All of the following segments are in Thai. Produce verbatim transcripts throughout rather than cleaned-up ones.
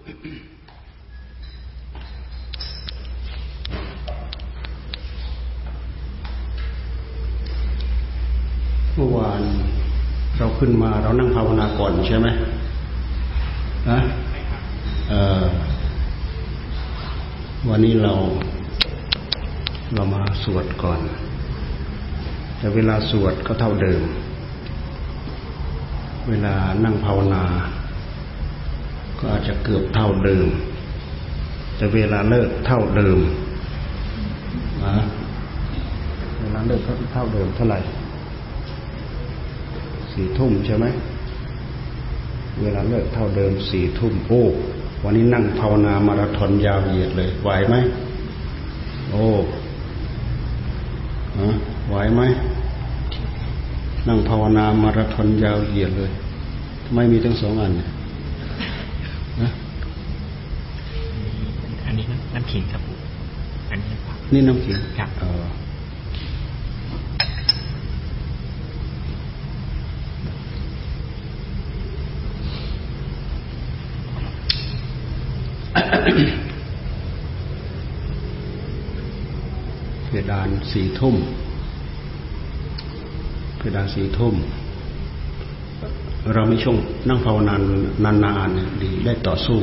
เมื่อวานเราขึ้นมาเรานั่งภาวนาก่อนใช่ไหมนะเออวันนี้เราเรามาสวดก่อนแต่เวลาสวดก็เท่าเดิมเวลานั่งภาวนาก็อาจจะเกือบเท่าเดิมแต่เวลาเลิกเท่าเดิมนะเวลาเลิกก็เท่าเดิมเท่าไหร่สี่ทุ่มใช่ไหมเวลาเลิกเท่าเดิมสี่ทุ่มโอ้วันนี้นั่งภาวนามาราธอนยาวเหยียดเลยไหวไหมโอ้ฮะไหวไหมนั่งภาวนามาราธอนยาวเหยียดเลยทำไมมีทั้งสองอันเนี่ยนะอันนี้น้ำขิงครับอันนี้นี่น้ำขิงครับเออเพดานสี่ทุ่มเพดานสี่ทุ่มเราไม่ช่วงนั่งภาวนานนานๆเนี่ยดีได้ต่อสู้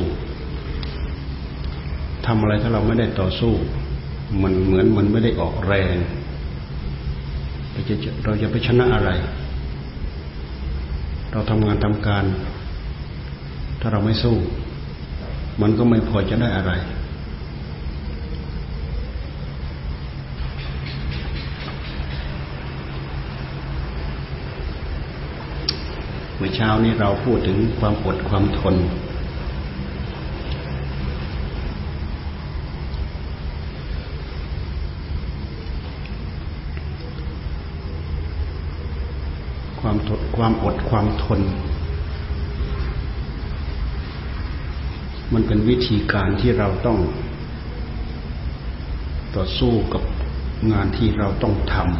ทำอะไรถ้าเราไม่ได้ต่อสู้มันเหมือนมันไม่ได้ออกแรงเราจะเราจะไปชนะอะไรเราทำงานทำการถ้าเราไม่สู้มันก็ไม่พอจะได้อะไรเมื่อเช้านี้เราพูดถึงความอดความทนความทนความอดความทนมันเป็นวิธีการที่เราต้องต่อสู้กับงานที่เราต้องทำ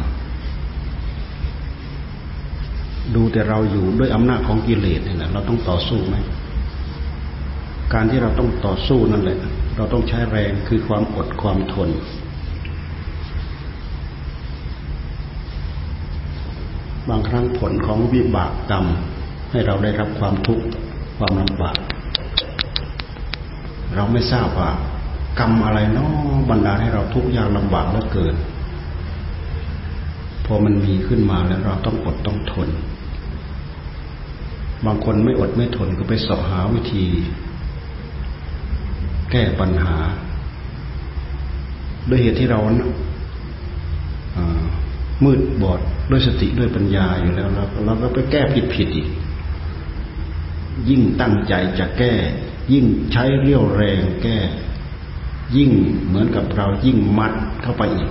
ดูแต่เราอยู่ด้วยอำนาจของกิเลสนี่แหละเราต้องต่อสู้ไหมการที่เราต้องต่อสู้นั่นแหละเราต้องใช้แรงคือความอดความทนบางครั้งผลของวิบากกรรมให้เราได้รับความทุกข์ความลำบากเราไม่ทราบว่ากรรมอะไรเนาะบันดาลให้เราทุกข์ยากลำบากเหลือเกินพอมันมีขึ้นมาแล้วเราต้องอดต้องทนบางคนไม่อดไม่ทนก็ไปเสาะหาวิธีแก้ปัญหาด้วยเหตุที่เรามืดบอดด้วยสติด้วยปัญญาอยู่แล้วเราก็ไปแก้ผิดผิดอีกยิ่งตั้งใจจะแก้ยิ่งใช้เรี่ยวแรงแก้ยิ่งเหมือนกับเรายิ่งมัดเข้าไปอีก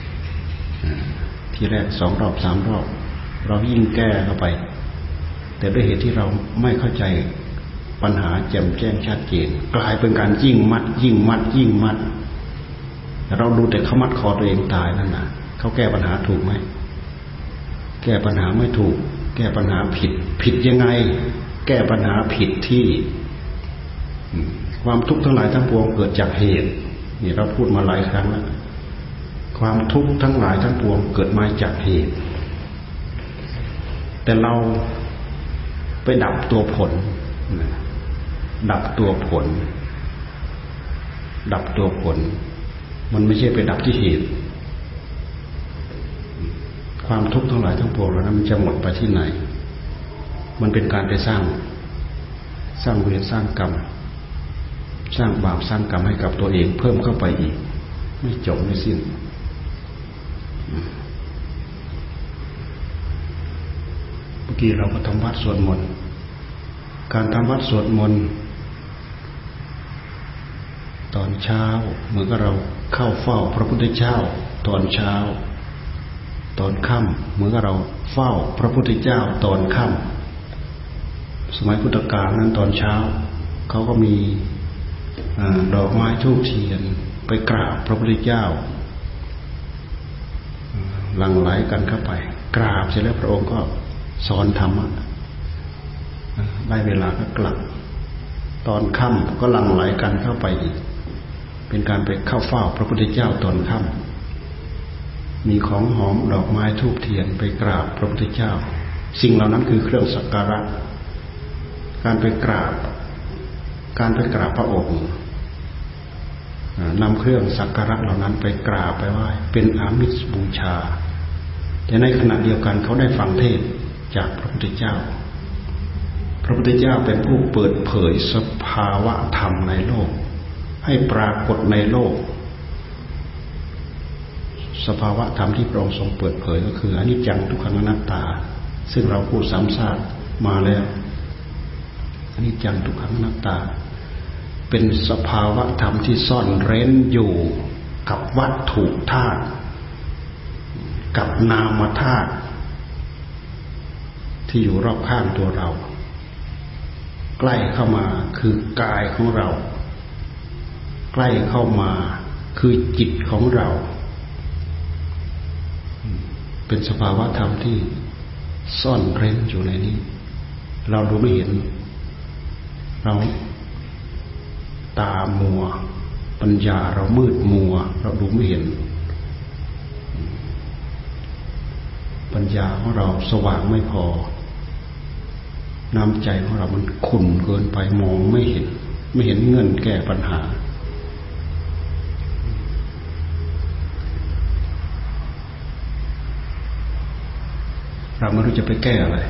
ทีแรกสองรอบสามรอบเรายิ่งแก้เข้าไปแต่ด้วยเหตุที่เราไม่เข้าใจปัญหาแจ่มแจ้งชัดเจนกลายเป็นการยิ่งมัดยิ่งมัดยิ่งมัดเราดูแต่เขามัดคอตัวเองตายนั่นน่ะเขาแก้ปัญหาถูกไหมแก้ปัญหาไม่ถูกแก้ปัญหาผิดผิดยังไงแก้ปัญหาผิดที่ความทุกข์ทั้งหลายทั้งปวงเกิดจากเหตุนี่เราพูดมาหลายครั้งแล้วความทุกข์ทั้งหลายทั้งปวงเกิดมาจากเหตุแต่เราไปดับตัวผลดับตัวผลดับตัวผลมันไม่ใช่ไปดับที่เหตุความทุกข์ทั้งหลายทั้งปวงแล้วนั้นมันจะหมดไปที่ไหนมันเป็นการไปสร้างสร้างเวรสร้างกรรมสร้างบาปสร้างกรรมให้กับตัวเองเพิ่มเข้าไปอีกไม่จบไม่สิ้นเมื่อกี้เราก็ทำวัดสวดมนต์การทำวัดสวดมนต์ตอนเช้าเหมือนกับเราเข้าเฝ้าพระพุทธเจ้าตอนเช้าตอนค่ำเหมือนกับเราเฝ้าพระพุทธเจ้าตอนค่ำสมัยพุทธกาลนั้นตอนเช้าเขาก็มีดอกไม้ธูปเทียนไปกราบพระพุทธเจ้าหลั่งไหลกันเข้าไปกราบเสร็จแล้วพระองค์ก็สอนธรรมะได้เวลาก็กลับตอนค่ำก็หลั่งไหลกันเข้าไปอีกเป็นการไปเข้าเฝ้าพระพุทธเจ้าตอนค่ำมีของหอมดอกไม้ธูปเทียนไปกราบพระพุทธเจ้าสิ่งเหล่านั้นคือเครื่องสักการะการไปกราบการไปกราบพระองค์นำเครื่องสักการะเหล่านั้นไปกราบไปไหว้เป็นอามิสบูชาแต่ในขณะเดียวกันเขาได้ฟังเทศน์จากพระพุทธเจ้าพระพุทธเจ้าเป็นผู้เปิดเผยสภาวะธรรมในโลกให้ปรากฏในโลกสภาวะธรรมที่พระองค์ทรงเปิดเผยก็คืออนิจจังทุกขังอนัตตาซึ่งเราพูดซ้ำซากมาแล้วอนิจจังทุกขังอนัตตาเป็นสภาวะธรรมที่ซ่อนเร้นอยู่กับวัตถุธาตุกับนามธาตุที่อยู่รอบข้างตัวเราใกล้เข้ามาคือกายของเราใกล้เข้ามาคือจิตของเราเป็นสภาวะธรรมที่ซ่อนเร้นอยู่ในนี้เราดูไม่เห็นเราตามัวปัญญาเรามืดมัวเราดูไม่เห็นปัญญาของเราสว่างไม่พอน้ำใจของเรามันขุ่นเกินไปมองไม่เห็นไม่เห็นเงื่อนแก้ปัญหาเราไม่รู้จะไปแก้อะไร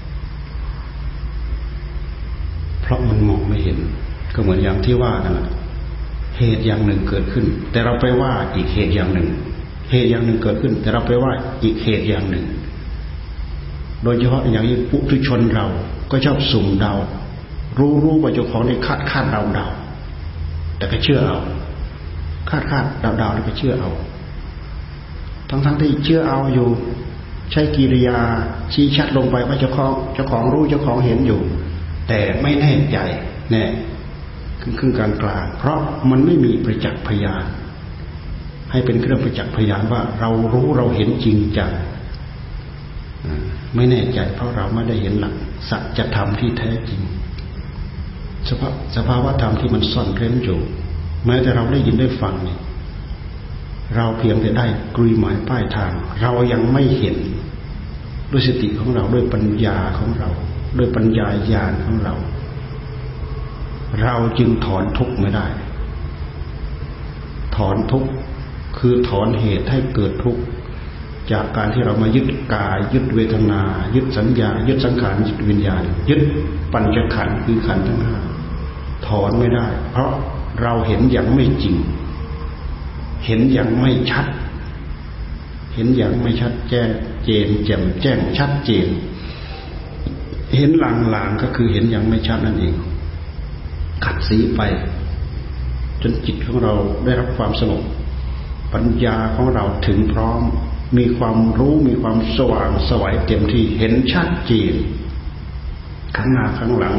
เพราะมันมองไม่เห็นก็เหมือนอย่างที่ว่านั่นแหละเหตุอย่างหนึ่งเกิดขึ้นแต่เราไปว่าอีกเหตุอย่างหนึ่งเหตุอย่างหนึ่งเกิดขึ้นแต่เราไปว่าอีกเหตุอย่างหนึ่งโดยเฉพาะอย่างยิ่งปุถุชนเราก็ชอบสุ่มเดารู้รู้ว่าเจ้าของได้คาดคาดเดาเดาแต่ก็เชื่อเอาคาดคาดเดาเดาแล้วก็เชื่อเอาทั้งทั้งที่เชื่อเอาอยู่ใช้กิริยาชี้ชัดลงไปว่าเจ้าของเจ้าของรู้เจ้าของเห็นอยู่แต่ไม่แน่ใจแน่คือคือการกลางเพราะมันไม่มีประจักษ์พยานให้เป็นเครื่องประจักษ์พยานว่าเรารู้เราเห็นจริงจังไม่แน่ใจเพราะเราไม่ได้เห็นหลักสัจธรรมที่แท้จริงสภาสภาวะธรรมที่มันซ่อนเร้นอยู่แม้แต่เราได้ยินได้ฟังเนี่ยเราเพียงแต่ได้กลุยหมายป้ายทางเรายังไม่เห็นด้วยสติของเราด้วยปัญญาของเราด้วยปัญญาญาณของเราเราจึงถอนทุกข์ไม่ได้ถอนทุกข์คือถอนเหตุให้เกิดทุกข์จากการที่เรามายึดกายยึดเวทนายึดสัญญายึดสังขารยึดวิญญาณยึดปัญจขันธ์คือขันธ์ทั้งห้าถอนไม่ได้เพราะเราเห็นอย่างไม่จริงเห็นอย่างไม่ชัดเห็นอย่างไม่ชัดแจ้งเจนแจ่มแจ้งชัดเจนเห็นลางๆก็คือเห็นอย่างไม่ชัดนั่นเองขัดสีไปจนจิตของเราได้รับความสงบปัญญาของเราถึงพร้อมมีความรู้มีความสว่างไสวเต็มที่เห็นชัดเจนข้างหน้าข้างหลัง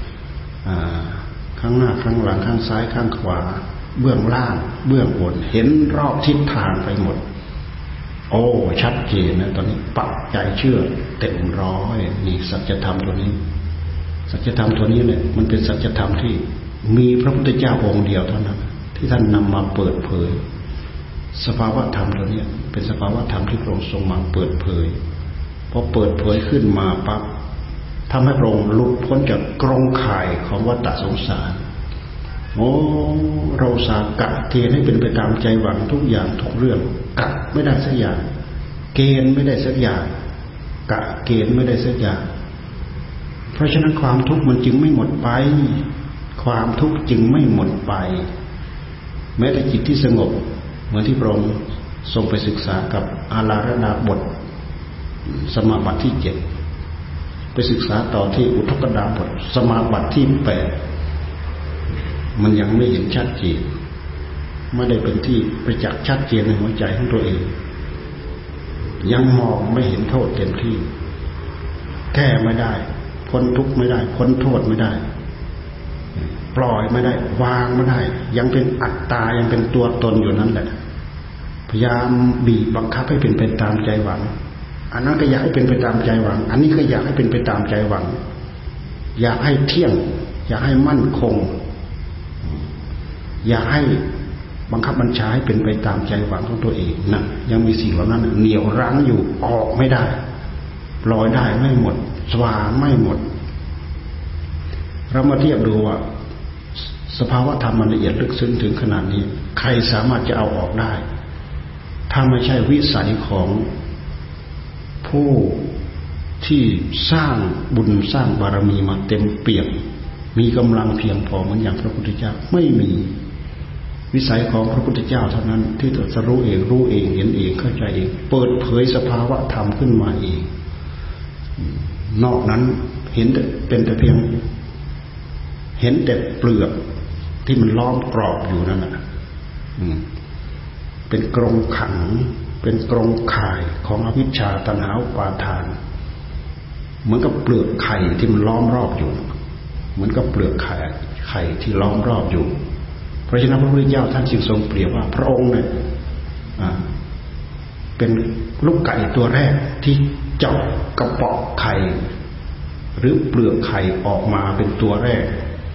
ข้างหน้าข้างหลังข้างซ้ายข้างขวาเบื้องล่างเบื้องบนเห็นรอบทิศทางไปหมดโอ้ชัดเจนนะตอนนี้ปักใจเชื่อเต็มร้อยนี่สัจธรรมตัวนี้สัจธรรมตัวนี้เนี่ยมันเป็นสัจธรรมที่มีพระพุทธเจ้าองค์เดียวเท่านั้นที่ท่านนำมาเปิดเผยสภาวะธรรมตัวนี้เป็นสภาวะธรรมที่พระองค์ทรงมาเปิดเผยพอเปิดเผยขึ้นมาปั๊บทำให้พระองค์หลุดพ้นจากกรงข่ายของวัฏสงสารโอ้เราสากะเกณฑ์ให้เป็นไปตามใจหวังทุกอย่างทุกเรื่องกะไม่ได้สักอย่างเกณฑ์ไม่ได้สักอย่างกะเกณฑ์ไม่ได้สักอย่างเพราะฉะนั้นความทุกข์มันจึงไม่หมดไปความทุกข์จึงไม่หมดไปแม้แต่จิตที่สงบเหมือนที่พระองค์ทรงไปศึกษากับอาราธนาบทสมาบัติที่เจ็ดไปศึกษาต่อที่อุทกดาบทสมาบัติที่แปดมันยังไม่เห็นชัดเจนไม่ได้เป็นที่ประจักษ์ชัดเจนในหัวใจของตัวเองยังมองไม่เห็นโทษเต็มที่แก้ไม่ได้พ้นทุกข์ไม่ได้พ้นโทษไม่ได้ปล่อยไม่ได้วางไม่ได้ยังเป็นอัตตายังเป็นตัวตนอยู่นั่นแหละพยายามบีบบังคับให้เป็นไปตามใจหวังอันนั้นก็อยากให้เป็นไปตามใจหวังอันนี้ก็อยากให้เป็นไปตามใจหวังอยากให้เที่ยงอยากให้มั่นคงอยากให้บังคับบัญชาให้เป็นไปตามใจหวังของตัวเองนะยังมีสิ่งเหล่านั้นเหนี่ยวรั้งอยู่ออกไม่ได้ปล่อยได้ไม่หมดสว่างไม่หมดเรามาเทียบดูว่าสภาวะธรรมมันละเอียดลึกซึ้งถึงขนาดนี้ใครสามารถจะเอาออกได้ถ้าไม่ใช่วิสัยของผู้ที่สร้างบุญสร้างบารมีมาเต็มเปี่ยมมีกำลังเพียงพอเหมือนอย่างพระพุทธเจ้าไม่มีวิสัยของพระพุทธเจ้าเท่านั้นที่จะรู้เองรู้เองเห็นเองเข้าใจเองเปิดเผยสภาวะธรรมขึ้นมาเองนอกนั้นเห็นแต่เป็นแต่เพียงเห็นแต่เปลือกที่มันล้อมกรอบอยู่นั่นแหละเป็นกรงขังเป็นกรงข่ายของอวิชชาตัณหาอุปาทานเหมือนกับเปลือกไข่ที่มันล้อมรอบอยู่เหมือนกับเปลือกไข่ไข่ที่ล้อมรอบอยู่เพราะฉะนั้นพระพุทธเจ้าท่านจึงทรงเปรียบว่าพระองค์เนี่ยเป็นลูกไก่ตัวแรกที่เจาะกระเปาะไข่หรือเปลือกไข่ออกมาเป็นตัวแรก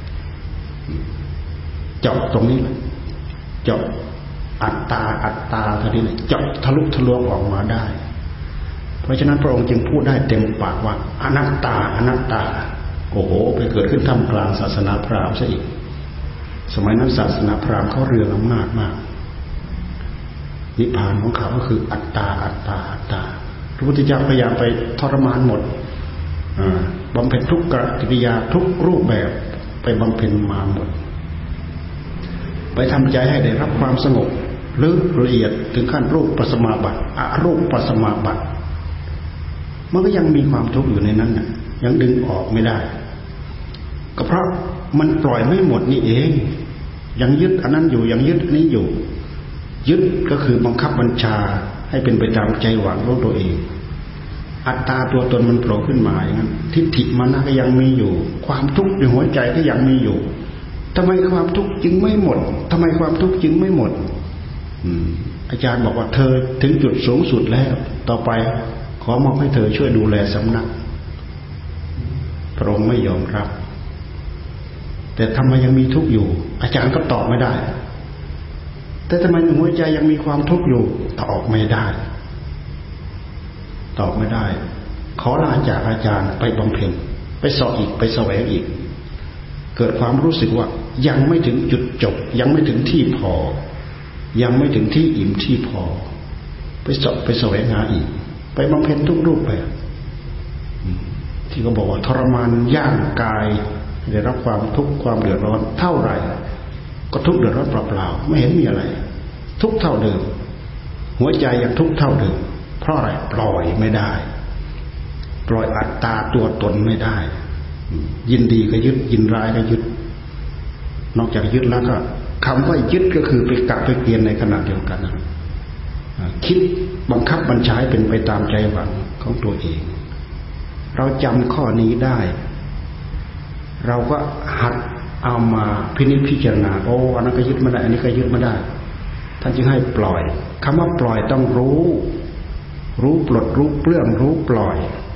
เจาะตรงนี้เจาะอัตตาอัตตาเท่านี้เจาะทะลุทะลวงออกมาได้เพราะฉะนั้นพระองค์จึงพูดได้เต็มปากว่าอนัตตาอนัตตาโอ้โหไปเกิดขึ้นท่ามกลางศาสนาพราหมณ์ซะอีกสมัยนั้นศาสนาพราหมณ์เขาเรืองอำนาจมากนิพพานของเขาก็คืออัตตาอัตตาอัตตาพระพุทธเจ้าพยายามไปทรมานหมดบำเพ็ญทุกกิริยาทุกรูปแบบไปบำเพ็ญมาหมดไปทำใจให้ได้รับความสงบลึกละเอียดถึงขั้นรูปปัสมาบัติอรูปปัสมาบัติมันก็ยังมีความทุกข์อยู่ในนั้นน่ะยังดึงออกไม่ได้ก็เพราะมันปล่อยไม่หมดนี่เองยังยึดอันนั้นอยู่ยังยึดอันนี้อยู่ยึดก็คือบังคับบัญชาให้เป็นไปตามใจหวังของตัวเองอัตตาตัวตนมันโผล่ขึ้นมาอย่างนั้นทิฏฐิมานะก็ยังมีอยู่ความทุกข์ในหัวใจก็ยังมีอยู่ทำไมความทุกข์จึงไม่หมดทำไมความทุกข์จึงไม่หมดอาจารย์บอกว่าเธอถึงจุดสูงสุดแล้วต่อไปขอมอบให้เธอช่วยดูแลสำนักพระองค์ไม่ยอมรับแต่ทำไมยังมีทุกข์อยู่อาจารย์ก็ตอบไม่ได้แต่ทำไมในหัวใจยังมีความทุกข์อยู่ตอบไม่ได้ตอบไม่ได้ขอลาจากอาจารย์ไปบำเพ็ญไปสอบอีกไปแสวงอีกเกิดความรู้สึกว่ายังไม่ถึงจุดจบยังไม่ถึงที่พอยังไม่ถึงที่อิ่มที่พอไปสอบไปแสวงหาอีกไปบำเพ็ญทุกรูปแบบที่เขาบอกว่าทรมานย่างกายได้รับความทุกข์ความเดือดร้อนเท่าไหร่ก็ทุกข์เดือดร้อนเปล่าๆไม่เห็นมีอะไรทุกข์เท่าเดิมหัวใจยังทุกข์เท่าเดิมเพราะอะไรปล่อยไม่ได้ปล่อยอัตตาตัวตนไม่ได้ยินดีก็ยึดยินร้ายก็ยึดนอกจากยึดแล้วก็คำว่ายึดก็คือไปกักไปเกลียนในขณะเดียวกันนะคิดบังคับบัญชาให้เป็นไปตามใจหวังของตัวเองเราจำข้อนี้ได้เราก็หัดเอามาพินิจพิจารณาโอ้อันนั้นก็ยึดไม่ได้อันนี้ก็ยึดไม่ได้ท่านจึงให้ปล่อยคำว่าปล่อยต้องรู้รู้ปลดรู้เปลื้องรู้ปล่อย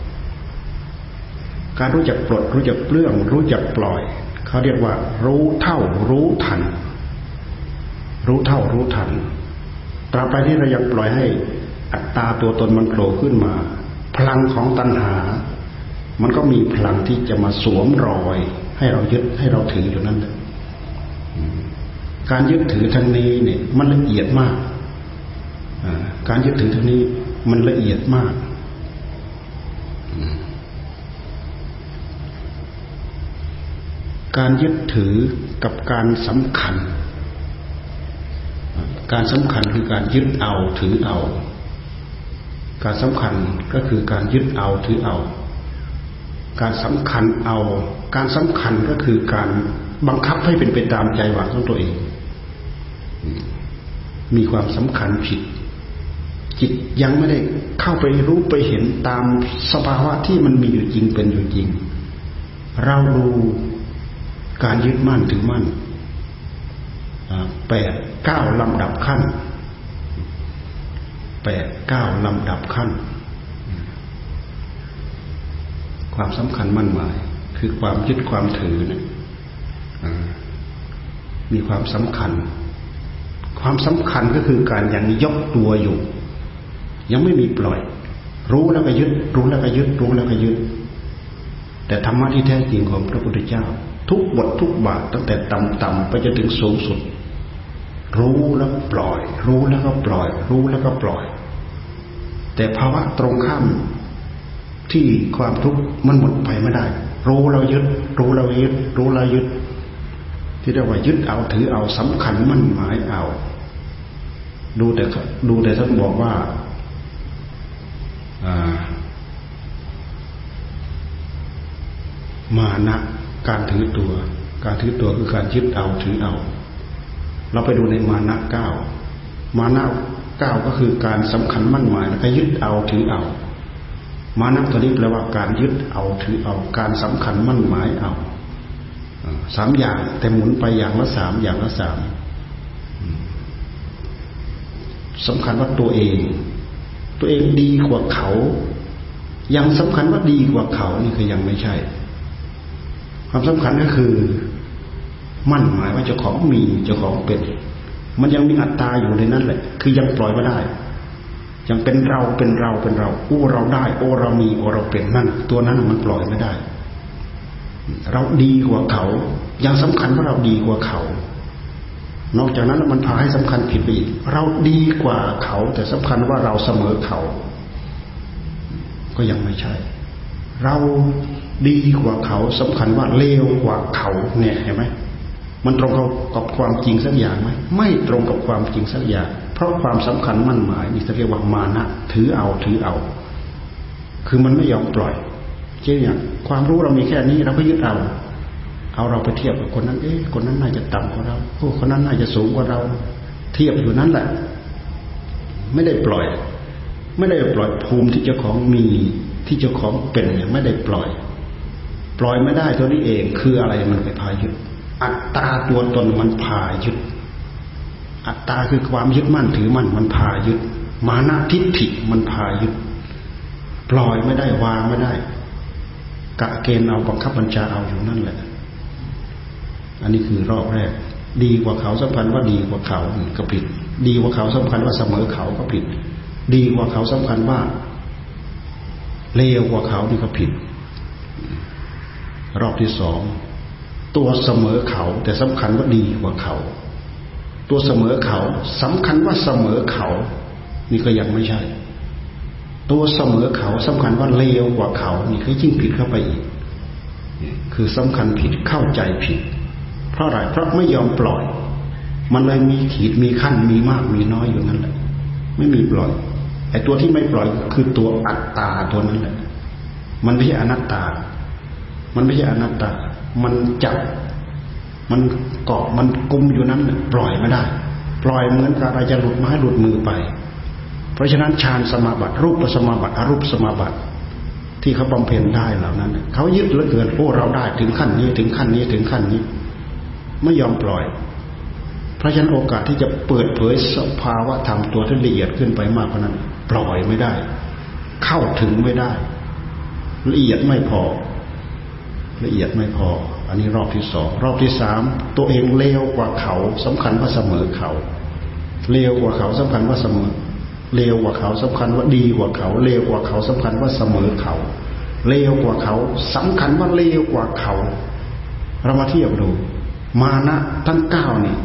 การรู้จักปลดรู้จักเปลื้องรู้จักปล่อยเขาเรียกว่ารู้เท่ารู้ทันรู้เท่ารู้ทันตราบใดที่เรายังปล่อยให้อัตตาตัวตนมันโผล่ขึ้นมาพลังของตัณหามันก็มีพลังที่จะมาสวมรอยให้เรายึดให้เราถืออยู่นั่นแหละการยึดถือทางนี้เนี่ยมันละเอียดมากการยึดถือทางนี้มันละเอียดมากการยึดถือกับการสำคัญการสำคัญคือการยึดเอาถือเอาการสำคัญก็คือการยึดเอาถือเอาการสำคัญเอาการสำคัญก็คือการบังคับให้เป็นไปตามใจหวังของตัวเองมีความสำคัญผิดจิตยังไม่ได้เข้าไปรู้ไปเห็นตามสภาวะที่มันมีอยู่จริงเป็นอยู่จริงเราดูการยึดมั่นถือมั่นแปดเก้าลำดับขั้นแปดเก้าลำดับขั้นความสำคัญมั่นหมายคือความยึดความถือนะมีความสำคัญความสำคัญก็คือการยังยกตัวอยู่ยังไม่มีปล่อยรู้แล้วก็ยึดรู้แล้วก็ยึดรู้แล้วก็ยึดแต่ธรรมะที่แท้จริงของพระพุทธเจ้าทุกบททุกบาทตั้งแต่ต่ำๆไปจนถึงสูงสุดรู้แล้วปล่อยรู้แล้วก็ปล่อยรู้แล้วก็ปล่อยแต่ภาวะตรงข้ามที่ความทุกข์มันหมดไปไม่ได้รู้เรายึดรู้เรายึดรู้เรายึดที่เรียกว่ายึดเอาถือเอาสำคัญมั่นหมายเอาดูแต่ดูแต่ท่านบอกว่ามานะการถือตัวการถือตัวคือการยึดเอาถือเอาเราไปดูในมานะเก้ามานะเก้าก็คือการสำคัญมั่นหมายแล้วก็ยึดเอาถือเอามานะตัวนี้แปลว่าการยึดเอาถือเอาการสำคัญมั่นหมายเอาสามอย่างแต่หมุนไปอย่างละสามอย่างละสามสำคัญว่าตัวเองตัวเองดีกว่าเขายังสำคัญว่าดีกว่าเขานี่คือยังไม่ใช่ความสำคัญก็คือมั่นหมายว่าเจ้าของมีเจ้าของเป็นมันยังมีอัตตาอยู่ในนั้นแหละคือยังปล่อยไม่ได้ยังเป็นเราเป็นเราเป็นเราโอ้เราได้โอ้เรามีโอ้เราเป็นนั่นตัวนั้นมันปล่อยไม่ได้เราดีกว่าเขายังสำคัญว่าเราดีกว่าเขานอกจากนั้นมันพาให้สำคัญผิดไปอีกเราดีกว่าเขาแต่สำคัญว่าเราเสมอเขาก็ยังไม่ใช่เราดีกว่าเขาสำคัญว่าเลวกว่าเขาเนี่ยเห็นไหมมันตรงกับความจริงสักอย่างไหมไม่ตรงกับความจริงสักอย่างเพราะความสำคัญมั่นหมายนี่จะเรียกว่ามานะถือเอาถือเอาคือมันไม่ยอมปล่อยเช่นอย่างความรู้เรามีแค่นี้เราก็ยึดเอาเอาเราไปเทียบกับคนนั้นเอ๊ะคนนั้นน่าจะต่ำกว่าเราโอ้คนนั้นน่าจะสูงกว่าเราเทียบอยู่นั้นแหละไม่ได้ปล่อยไม่ได้ปล่อยภูมิที่เจ้าของมีที่เจ้าของเป็นเนี่ยไม่ได้ปล่อยปล่อยไม่ได้ตัวนี้เองคืออะไรมันไปพายึดอัตตาตัวตนมันพายึดอัตตาคือความยึดมั่นถือมั่นมันพายึดมานะทิฏฐิมันพายึดปล่อยไม่ได้วางไม่ได้กะเกณฑ์เอาบังคับบัญชาเอาอยู่นั่นแหละอันนี้คือรอบแรกดีกว่าเขาสำคัญว่าดีกว่าเขาก็ผิดดีกว่าเขาสำคัญว่าเสมอเขาก็ผิดดีกว่าเขาสำคัญว่าเลวกว่าเขานี่ก็ผิดรอบที่สองตัวเสมอเขาแต่สำคัญว่าดีกว่าเขาตัวเสมอเขาสำคัญว่าเสมอเขานี่ก็ยังไม่ใช่ตัวเสมอเขาสำคัญว่าเลวกว่าเขานี่ก็ยิ่งผิดเข้าไปอีกคือสำคัญผิดเข้าใจผิดเพราะอะไรเพราะไม่ยอมปล่อยมันเลยมีขีดมีขั้นมีมากมีน้อยอยู่นั่นแหละไม่มีปล่อยไอ้ตัวที่ไม่ปล่อยคือตัวอัตตาตัวนั้นแหละมันไม่ใช่อนัตตามันไม่ใช่อนัตตามันจับมันเกาะมันกุมอยู่นั้นปล่อยไม่ได้ปล่อยเหมือนกับอะไรจะหลุดไม้หลุดมือไปเพราะฉะนั้นฌานสมาบัติรูปสมาบัติอรูปสมาบัติที่เขาบำเพ็ญได้เหล่านั้นเขายึดเหลือเกินโอ้เราได้ถึงขั้นนี้ถึงขั้นนี้ถึงขั้นนี้ไม่ยอมปล่อยเพราะฉะนั้นโอกาสที่จะเปิดเผยสภาวะธรรมตัวที่ละเอียดขึ้นไปมากกว่านั้นปล่อยไม่ได้เข้าถึงไม่ได้ละเอียดไม่พอละเอียดไม่พออันนี้รอบที่สองรอบที่สามตัวเองเลวกว่าเขาสำคัญว่าเสมอเขาเลวกว่าเขาสำคัญว่าเสมอเลวกว่าเขาสำคัญว่าดีกว่าเขาเลวกว่าเขาสำคัญว่าเสมอเขาเลวกว่าเขาสำคัญว่าเลวกว่าเขาเรามาเทียบดูมานะทั้งเก้านี่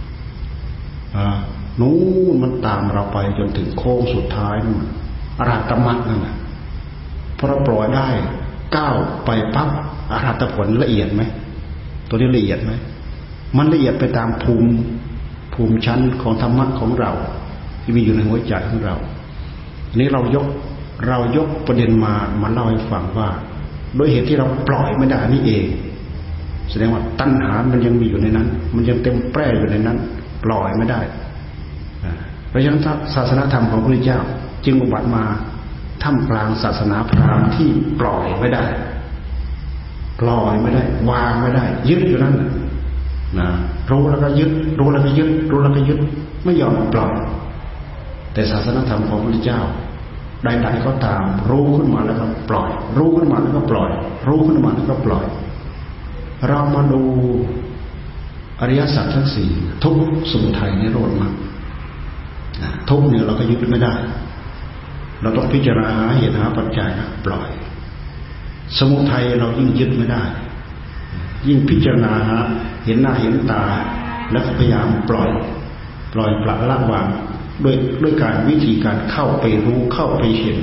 นู้นมันตามเราไปจนถึงโค้งสุดท้ายนู่นอรหัตมรรคนั่นแหละพอเราปล่อยได้ก้าวไปปั๊บอรหัตผลละเอียดไหมตัวนี้ละเอียดไหมมันละเอียดไปตามภูมิภูมิชั้นของธรรมะของเราที่มีอยู่ในหัวใจของเราอันนี้เรายกเรายกประเด็นมามาเล่าให้ฟังว่าโดยเหตุที่เราปล่อยไม่ได้นี่เองแสดงว่าตัณหามันยังมีอยู่ในนั้นมันยังเต็มแปร่อยู่ในนั้นปล่อยไม่ได้เพราะฉะนั้นศาสนธรรมของพระพุทธเจ้าจึงอุบัติมาท่ามกลางศาสนาพราหมณ์ที่ปล่อยไม่ได้ปล่อยไม่ได้วางไม่ได้ยึดอยู่นั่นนะรู้แล้วก็ยึดรู้แล้วก็ยึดรู้แล้วก็ยึดไม่ยอมปล่อยแต่ศาสนธรรมของพระพุทธเจ้าใดๆก็ตามรู้ขึ้นมาแล้วก็ปล่อยรู้ขึ้นมาแล้วก็ปล่อยรู้ขึ้นมาแล้วก็ปล่อยเรามาดูอริยสัจทั้งสี่ทุกข์สมุทัยนิโรธมรรคทุกข์เนี่ยเราก็ยึดไม่ได้เราต้องพิจารณาหาเหตุหาปัจจัยปล่อยสมุทัยเรายิ่งยึดไม่ได้ยิ่งพิจารณาหาเห็นหน้าเห็นตาแล้วพยายามปล่อยปล่อยปละละวางด้วยด้วยการวิธีการเข้าไปรู้เข้าไปเห็น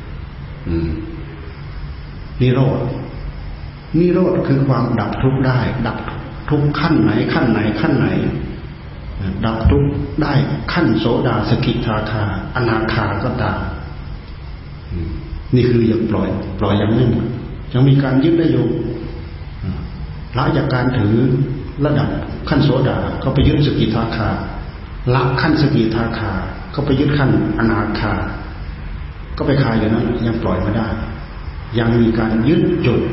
นิโรธนิโรธคือความดับทุกข์ได้ดับทุกข์ขั้นไหนขั้นไหนขั้นไหนดับทุกข์ได้ขั้นโสดาสกิทาคาอนาคาก็ตามนี่คือยังปล่อยปล่อยยังไม่หมดยังมีการยึดได้อยู่ละจากการถือระดับขั้นโสดาก็ไปยึดสกิทาคาละขั้นสกิทาคาก็ไปยึดขั้นอนาคาก็ไปคาอยู่นั้นยังปล่อยไม่ได้ยังมีการยึดจุด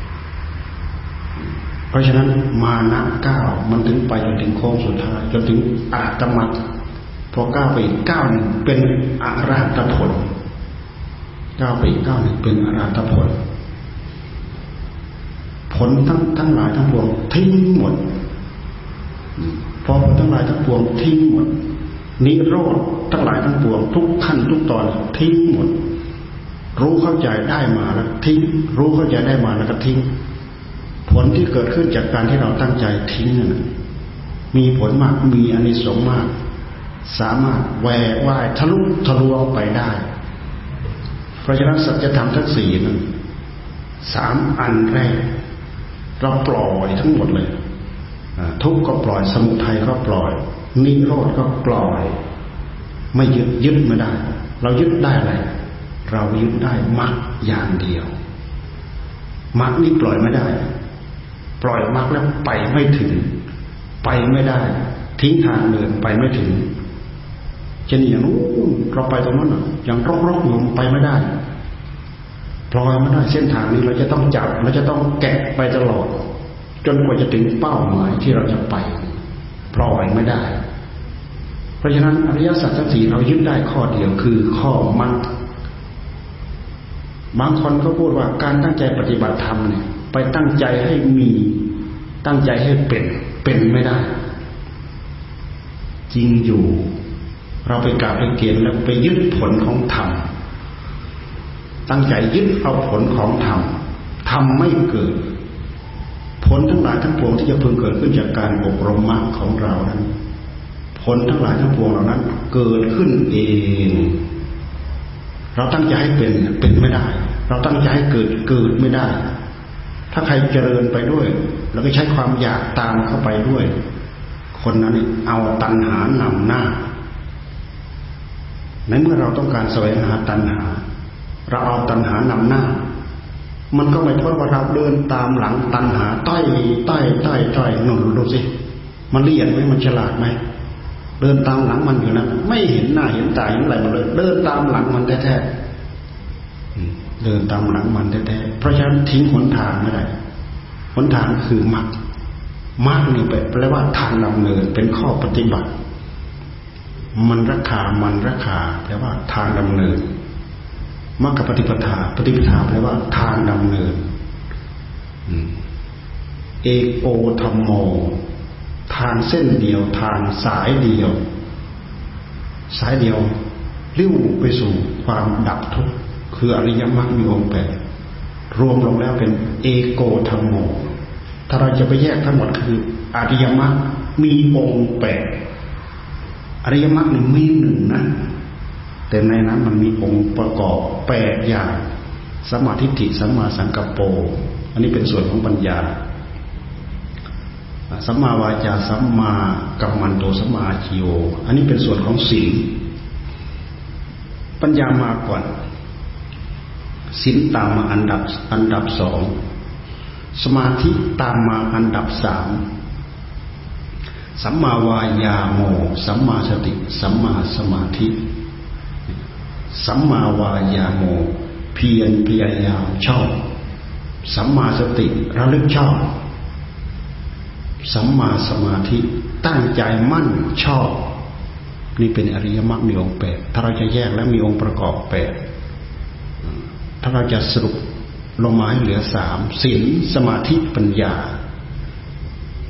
เพราะฉะนั้นมานะก้าวมันถึงไปจนถึงโค้งสุดท้ายจนถึงอรหัตมรรคพอก้าวไปอีกก้าวหนึ่งเป็นอรหัตผลก้าวไปอีกก้าวหนึ่งเป็นอรหัตผลผลทั้งทั้งหลายทั้งปวงทิ้งหมดพอผลทั้งหลายทั้งปวงทิ้งหมดนิโรธทั้งหลายทั้งปวงทุกขั้นทุกตอนทิ้งหมดรู้เข้าใจได้มาแล้วทิ้งรู้เข้าใจได้มาแล้วก็ทิ้งผลที่เกิดขึ้นจากการที่เราตั้งใจทิ้งนั้นมีผลมากมีอานิสงส์มากสามารถแหวกว่ายทะลุทะลวงไปได้เพราะฉะนั้นสัจธรรมทั้งสี่นั้นสามอันแรกเราปล่อยทั้งหมดเลยทุกข์ก็ปล่อยสมุทัยก็ปล่อยนิโรธก็ปล่อยไม่ยึดยึดไม่ได้เรายึดได้อะไรเรายึดได้มรรคอย่างเดียวมรรคนี่ปล่อยไม่ได้ปล่อยมรรคแล้วไปไม่ถึงไปไม่ได้ทิ้งทางเดินไปไม่ถึงเช่นอย่างนู้นเราไปตรงนั้นอย่างรกๆอยู่ไปไม่ได้ปล่อยไม่ได้เส้นทางนี้เราจะต้องจับเราจะต้องแกะไปตลอดจนกว่าจะถึงเป้าหมายที่เราจะไปปล่อยไม่ได้เพราะฉะนั้นอริยสัจทั้งสี่เรายึดได้ข้อเดียวคือข้อมรรคบางคนก็พูดว่าการตั้งใจปฏิบัติธรรมเนี่ยไปตั้งใจให้มีตั้งใจให้เป็นเป็นไม่ได้จริงอยู่เราไปกราบไปเกณฑ์แล้วไปยึดผลของธรรมตั้งใจยึดเอาผลของธรรมธรรมไม่เกิดผลทั้งหลายทั้งปวงที่จะพึงเกิดขึ้นจากการอบรมมรรคของเรานั้นผลทั้งหลายทั้งปวงเหล่านั้นเกิดขึ้นเองเราตั้งใจให้เป็นเป็นไม่ได้เราตั้งใจให้เกิดเกิดไม่ได้ถ้าใครเจริญไปด้วยแล้วก็ใช้ความอยากตามเข้าไปด้วยคนนั้นเอาตัณหานำหน้าในเมื่อเราต้องการแสวงหาตัณหาเราเอาตัณหานำหน้ามันก็ไม่พ้นว่าเราเดินตามหลังตัณหาต้อยต้อยต้อยต้อยหนุนดูสิมันละเอียดไหมมันฉลาดไหมเดินตามหลังมันอยู่นะไม่เห็นหน้าเห็นตาเห็นอะไรมันเลยเดินตามหลังมันแท้ๆเดินตามหลังมันแท้ๆเพราะฉะนั้นทิ้งหนทางไม่ได้หนทางคือมรรคมรรคนี่แปลว่าทางดำเนินเป็นข้อปฏิบัติมันรักขามันรักขาแปลว่าทางดำเนินมรรคปฏิปทาปฏิปทาแปลว่าทางดำเนินเอโกธัมโมทางเส้นเดียวทางสายเดียวสายเดียวลิ้วไปสู่ความดับทุกข์คืออริยมรรคมีองค์แปดรวมลงแล้วเป็นเอโกธัมโมถ้าเราจะไปแยกทั้งหมดคืออริยมรรคมีองค์แปดอริยมรรคหนึ่งมีหนึ่งนะแต่ในนั้นมันมีองค์ประกอบแปดอย่างสัมมาทิฏฐิสัมมาสังกัปโปอันนี้เป็นส่วนของปัญญาสัมมาวาจาสัมมากัมมันโตสัมมาอาชีโวอันนี้เป็นส่วนของศีลปัญญามาก่อนศีลตามมาอันดับอันดับสองสมาธิตามมาอันดับสามสัมมาวายาโมสัมมาสติสัมมาสมาธิสัมมาวายาโมเพียรพยายามชอบสัมมาสติระลึกชอบสัมมาสมาธิตั้งใจมั่นชอบนี่เป็นอริยมรรคมีองค์แปดถ้าเราจะแยกแล้วมีองค์ประกอบแปดถ้าเราจะสรุปลงมาให้เหลือสามศีลสมาธิปัญญา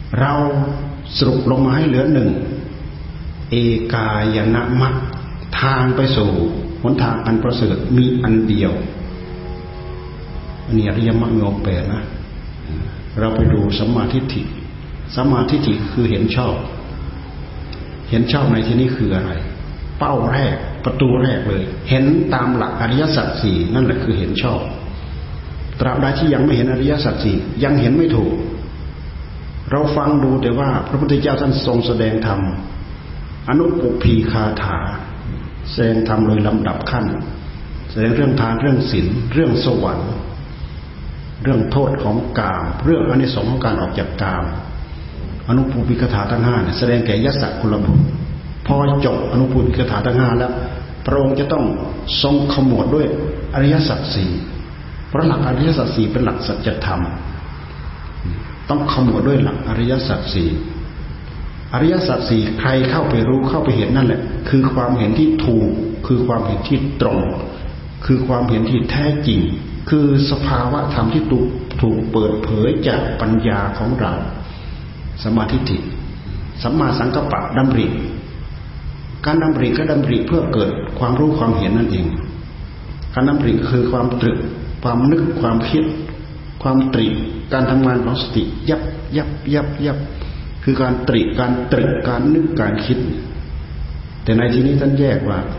เราสรุปลงมาให้เหลือหนึ่งเอกายนะมัคทางไปสู่หนทางอันประเสริฐมีอันเดียวอันนี้อริยมรรคมีองค์แปดนะเราไปดูสัมมาทิฏฐิสัมมาทิฏฐิคือเห็นชอบเห็นชอบในที่นี้คืออะไรเป้าแรกประตูแรกเลยเห็นตามหลักอริยสัจสี่นั่นแหละคือเห็นชอบตราบใดที่ยังไม่เห็นอริยสัจสี่ยังเห็นไม่ถูกเราฟังดูแต่ว่าพระพุทธเจ้าท่านทรงแสดงธรรมอนุปปีคาถาแสดงธรรมโดยลำดับขั้นแสดงเรื่องทานเรื่องศีลเรื่องสวรรค์เรื่องโทษของกามเรื่องอานิสงส์ของการออกจากกามอนุปูปิกถาทั้งห้าเนี่ยแสดงแก่ยศกุลบุตรพอจบอนุปูปิกถาทั้งห้าแล้วพระองค์จะต้องทรงขมวดด้วยอริยสัจสี่เพราะหลักอริยสัจสี่เป็นหลักสัจธรรมต้องขมวดด้วยหลักอริยสัจสี่อริยสัจสี่ใครเข้าไปรู้เข้าไปเห็นนั่นแหละคือความเห็นที่ถูกคือความเห็นที่ตรงคือความเห็นที่แท้จริงคือสภาวะธรรมที่ถูกถูกเปิดเผยจากปัญญาของเราสัมมาทิฏฐิสัมมาสังกัปปะดำริการดำริก็ดำริเพื่อเกิดความรู้ความเห็นนั่นเองการดำริคือความตรึกความนึกความคิดความตรึกการทำงานของสติยับยับยับยับคือการตรึกการตรึกการนึกการคิดแต่ในที่นี้ท่านแยกว่า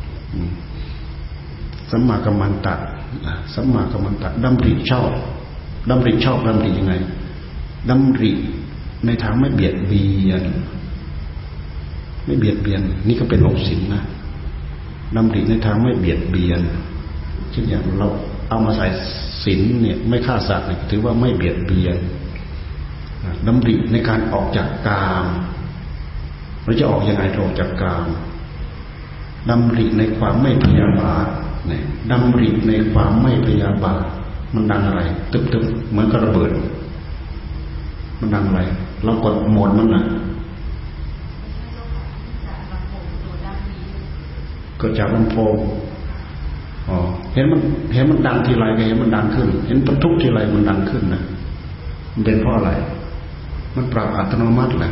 สัมมากัมมันตะสัมมากัมมันตะดำริชอบดำริชอบดำริยังไงดำริในทางไม่เบียดเบียนไม่เบียดเบียนนี่ก็เป็นองค์ศีลนะดำริในทางไม่เบียดเบียนเช่นอย่างเราเอามาใส่ศีลเนี่ยไม่ฆ่าสัตว์เนี่ยถือว่าไม่เบียดเบียนดำริในการออกจากกามเราจะออกยังไงออกจากกามดำริในความไม่พยาบาทเนี่ยดำริในความไม่พยาบาทมันดังอะไรตึบๆเหมือนกระเบิดมันดังอะไรเรากดโหมดมันน่ะเกิดจากลำโพงอ๋อเห็นมันเห็นมันดังทีไรก็เห็นมันดังขึ้นเห็นบรรทุกทีไรมันดังขึ้นนะมันเป็นเพราะอะไรมันปรับอัตโนมัติแหละ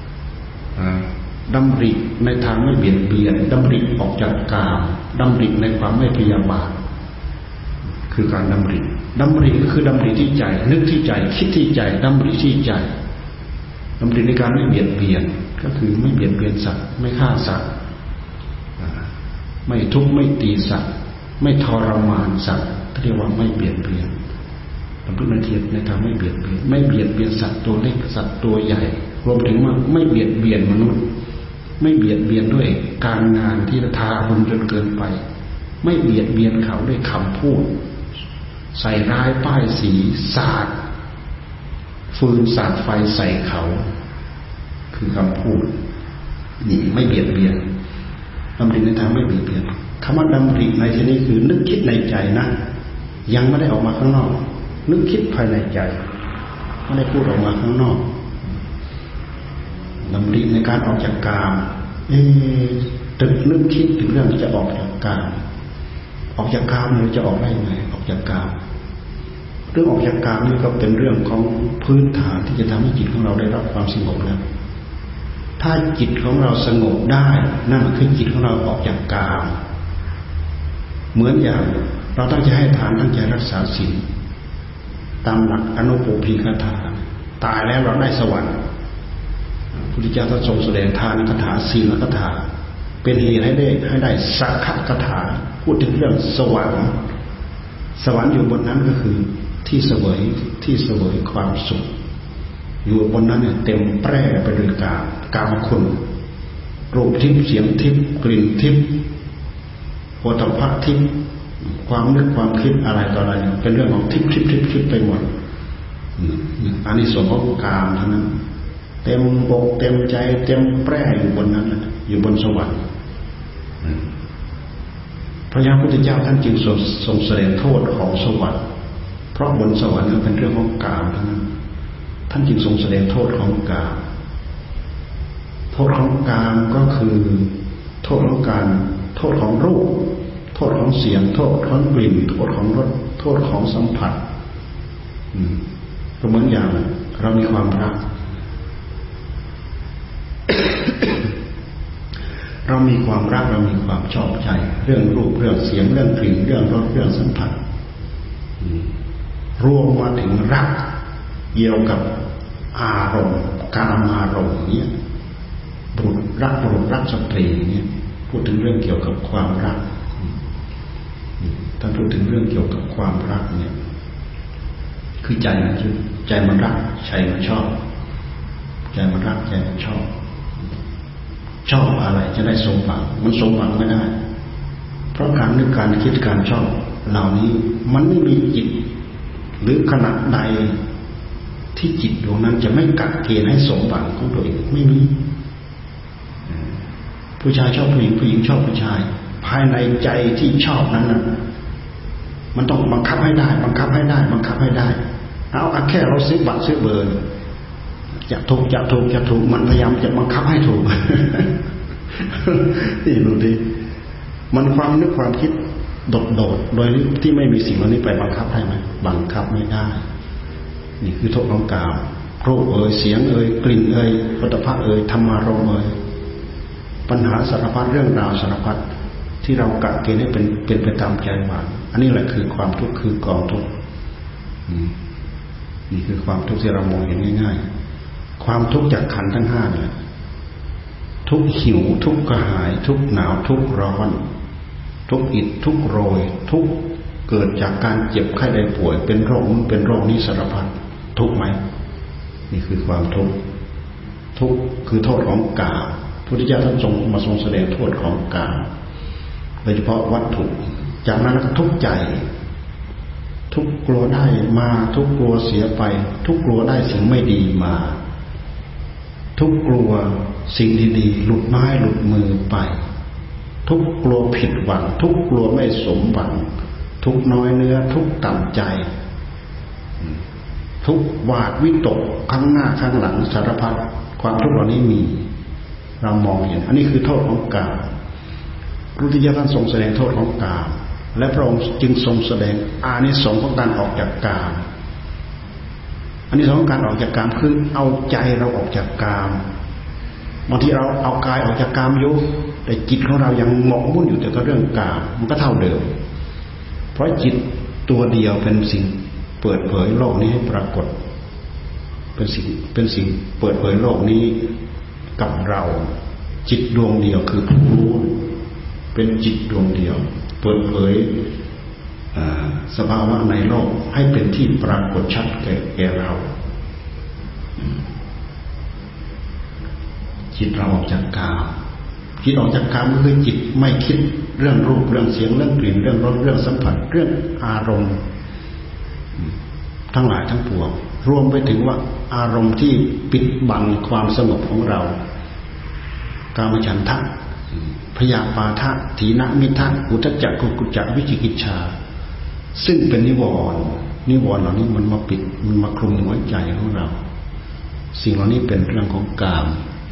ดำริในทางไม่เบียดเบียนดำริออกจากกามดำริในความไม่พยาบาทคือการดำริดำริก็คือดำริที่ใจนึกที่ใจคิดที่ใจดำริที่ใจดำริในการไม่เบียดเบียนก็คือไม่เบียดเบียนสัตว์ไม่ฆ่าสัตว์ไม่ทุบไม่ตีสัตว์ไม่ทรมานสัตว์เรียกว่าไม่เบียดเบียนดำริในเทียบในทางไม่เบียดเบียนไม่เบียดเบียนสัตว์ตัวเล็กสัตว์ตัวใหญ่รวมถึงว่าไม่เบียดเบียนมนุษย์ไม่เบียดเบียนด้วยการงานที่ทารุณจนเกินไปไม่เบียดเบียนเขาด้วยคำพูดใส่ร้ายป้ายสีสาดฟืนสาดไฟใส่เขาคือคำพูดนี่ไม่เบียดเบียนดำริในทางไม่เบียดเบียนคำว่าดำริในที่นี้คือนึกคิดในใจนะยังไม่ได้ออกมาข้างนอกนึกคิดภายในใจไม่ได้พูดออกมาข้างนอกดำริในการออกจากกามเอ๊ะตึกนึกคิดถึงเรื่องจะออกจากกามออกจากกามเราจะออกได้ยังไงออกจากกามเรื่องออกจากกามนี่ก็เป็นเรื่องของพื้นฐานที่จะทำให้จิตของเราได้รับความสงบแล้วถ้าจิตของเราสงบได้นั่นคือจิตของเราออกจากกามเหมือนอย่างเราตั้งใจให้ทานตั้งใจรักษาศีลตามหลักอนุปูพีคถาตายแล้วเราได้สวรรค์พุทธเจ้าท่านทรงแสดงทานคาถาศีลคาถาเป็นเหตุให้ได้ให้ได้สักขะคาถาพูดถึงเรื่องสวรรค์สวรรค์อยู่บนนั้นก็คือที่เสวยที่เสวยความสุขอยู่บนนั้นเนี่ยเต็มแปร่ไปด้วยกามกามคุณรูปทิพย์เสียงทิพย์กลิ่นทิพย์โผฏฐัพพะทิพย์ความนึกความคิดอะไรต่ออะไรเป็นเรื่องของทิพย์ทิพย์ทิพย์ทิพย์ไปหมดอันนี้ส่วนของกามเท่านั้นเต็มอกเต็มใจเต็มแปร่อยู่บนนั้นอยู่บนสวรรค์พระยาพุทธเจ้าท่านจึงทรงแสดงโทษของสวรรค์เพราะบนสวรรค์นั้นเป็นเรื่องของกามทั้งนั้นท่านจึงทรงแสดงโทษของกามโทษของกามก็คือโทษของการโทษของรูปโทษของเสียงโทษของกลิ่นโทษของรสโทษของสัมผัสก็เหมือนอย่างเรามีความรักเรามีความรักเรามีความชอบใจเรื่องรูปเรื่องเสียงเรื่องกลิ่นเรื่องรสเรื่องสัมผัสรวมมาถึงรักเกี่ยวกับอารมณ์การอารมณ์เนี้ยบุรุษรักบุรุษรักสตรีเนี้ยพูดถึงเรื่องเกี่ยวกับความรักถ้าพูดถึงเรื่องเกี่ยวกับความรักเนี่ยคือใจมันใจมันรักใจมันชอบใจมันรักใจมันชอบชอบอะไรจะได้สมหวังมันสมหวังไม่ได้เพราะการนึกการคิดการชอบเหล่านี้มันไม่มีจิตหรือขณะใดที่จิตดวงนั้นจะไม่กัดเกณฑ์ให้สมหวังของตัวเองไม่มีผู้ชายชอบผู้หญิงผู้หญิงชอบผู้ชายภายในใจที่ชอบนั้นน่ะมันต้องบังคับให้ได้บังคับให้ได้บังคับให้ได้เอาแค่เราซื้อบัตรซื้อเบอร์จะถูกจะถูกจะถูกมันพยายามจะบังคับให้ถูกนี่ดูดิมันความนึกความคิดโดดโดดโดยที่ไม่มีสิ่งเหล่านี้ไปบังคับได้ไหมบังคับไม่ได้นี่คือโทษของกามรูปเอ่ยเสียงเอ่ยกลิ่นเอ่ยผลิตภัณฑ์เอ่ยธรรมารมณ์เอ่ยปัญหาสารพัดเรื่องราวสารพัดที่เรากะเกณฑ์ให้เป็นเป็นไปตามใจหวังอันนี้แหละคือความทุกข์คือกองทุกข์นี่คือความทุกข์ที่เรามองเห็นง่ายๆความทุกข์จากขันธ์ทั้งห้าเนี่ยทุกหิวทุกกระหายทุกหนาวทุกร้อนทุกอิดทุกโรยทุกเกิดจากการเจ็บไข้ได้ป่วยเป็นโรคนู้นเป็นโรคนี้สารพัดทุกไหมนี่คือความทุกข์ทุกคือโทษของกามพุทธเจ้าท่านทรงมาทรงแสดงโทษของกามโดยเฉพาะวัตถุจากนั้นก็ทุกข์ใจทุกกลัวได้มาทุกกลัวเสียไปทุกกลัวได้สิ่งไม่ดีมาทุกกลัวสิ่งดีๆหลุดไม้หลุดมือไปทุกกลัวผิดหวังทุกกลัวไม่สมหวังทุกน้อยเนื้อทุกต่ำใจทุกหวาดวิตกข้างหน้าข้างหลังสารพัดความทุกข์เหล่านี้มีเรามองเห็นอันนี้คือโทษของกามพระพุทธเจ้าท่านทรงแสดงโทษของกามและพระองค์จึงทรงแสดงอานิสงส์ของการออกจากกามอานิสงส์ของการออกจากกามคือเอาใจเราออกจากกามบางทีเราเอากายออกจากกามอยู่แต่จิตของเรายังหมกมุ่นอยู่แต่กับเรื่องกามมันก็เท่าเดิมเพราะจิตตัวเดียวเป็นสิ่งเปิดเผยโลกนี้ให้ปรากฏเป็นสิ่งเป็นสิ่งเปิดเผยโลกนี้กับเราจิตดวงเดียวคือผู้รู้เป็นจิตดวงเดียวเปิดเผยสภาวะในโลกให้เป็นที่ปรากฏชัดแก่แก่เราจิตเราออกจากกามจิตออกจากกามก็คือจิตไม่คิดเรื่องรูปเรื่องเสียงเรื่องกลิ่นเรื่องรสเรื่องสัมผัสเรื่องอารมณ์ทั้งหลายทั้งปวงรวมไปถึงว่าอารมณ์ที่ปิดบังความสงบของเรากามฉันทะพยาปาทะถีนมิทะอุทธัจจะกุกุจจะวิจิกิจฉาซึ่งเป็นนิวรณ์นิวรณ์เหล่านี้มันมาปิดมันมาคลุมหัวใจของเราสิ่งเหล่านี้เป็นเรื่องของกาม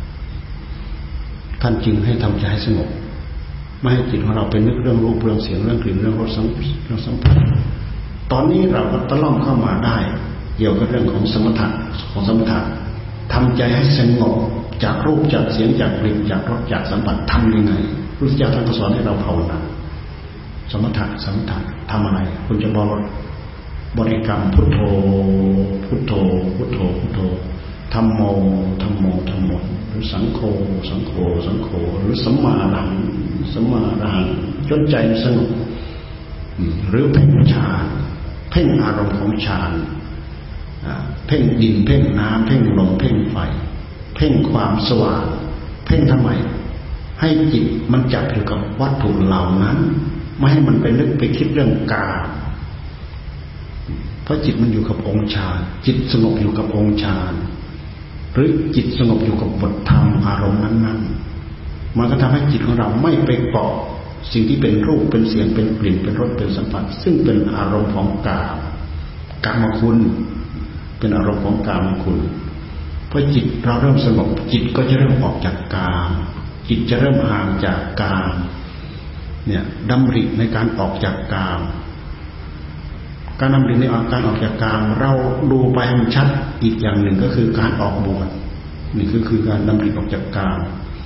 ท่านจึงให้ทำใจให้สงบไม่ให้จิตของเราเป็นนึกเรื่องรูปเรื่องเสียงเรื่องกลิ่นเรื่องรสสัมเรื่องสัมผัสตอนนี้เราก็ตะล่อมเข้ามาได้เกี่ยวกับเรื่องของสมถะของสมถะทำใจให้สงบจากรูปจากเสียงจากกลิ่นจากรสจากสัมผัสทำยังไงพระพุทธเจ้าท่านก็สอนให้เราภาวนาสมถะสมถะทำอะไรคุณจะบอกบริกรรมพุทโธพุทโธพุทโธพุทโธธัมโมธัมโมธัมโมหรือสังโฆสังโฆสังโฆหรือสัมมาอรหังสัมมาอรหังจนใจสงบหรือเพ่งฌานเพ่งอารมณ์ของฌานเพ่งดินเพ่งน้ำเพ่งลมเพ่งไฟเพ่งความสว่างเพ่งทำไมให้จิตมันจับอยู่กับวัตถุเหล่านั้นไม่ให้มันไปนึกไปคิดเรื่องกามเพราะจิตมันอยู่กับองค์ฌานจิตสงบอยู่กับองค์ฌานหรือจิตสงบอยู่กับบทธรรมอารมณ์นั้นๆมันก็ทำให้จิตของเราไม่ไปเกาะสิ่งที่เป็นรูปเป็นเสียงเป็นกลิ่นเป็นรสเป็นสัมผัสซึ่งเป็นอารมณ์ของกามกามคุณเป็นอารมณ์ของกามคุณพอจิตเราเริ่มสงบจิตก็จะเริ่มออกจากกามจิตจะเริ่มห่างจากกามเนี่ยดำริในการออกจากกามการดำริในการออกจากกามเราดูไปให้มันชัดอีกอย่างหนึ่งก็คือการออกบวชนี่คือคือการดำริออกจากกาม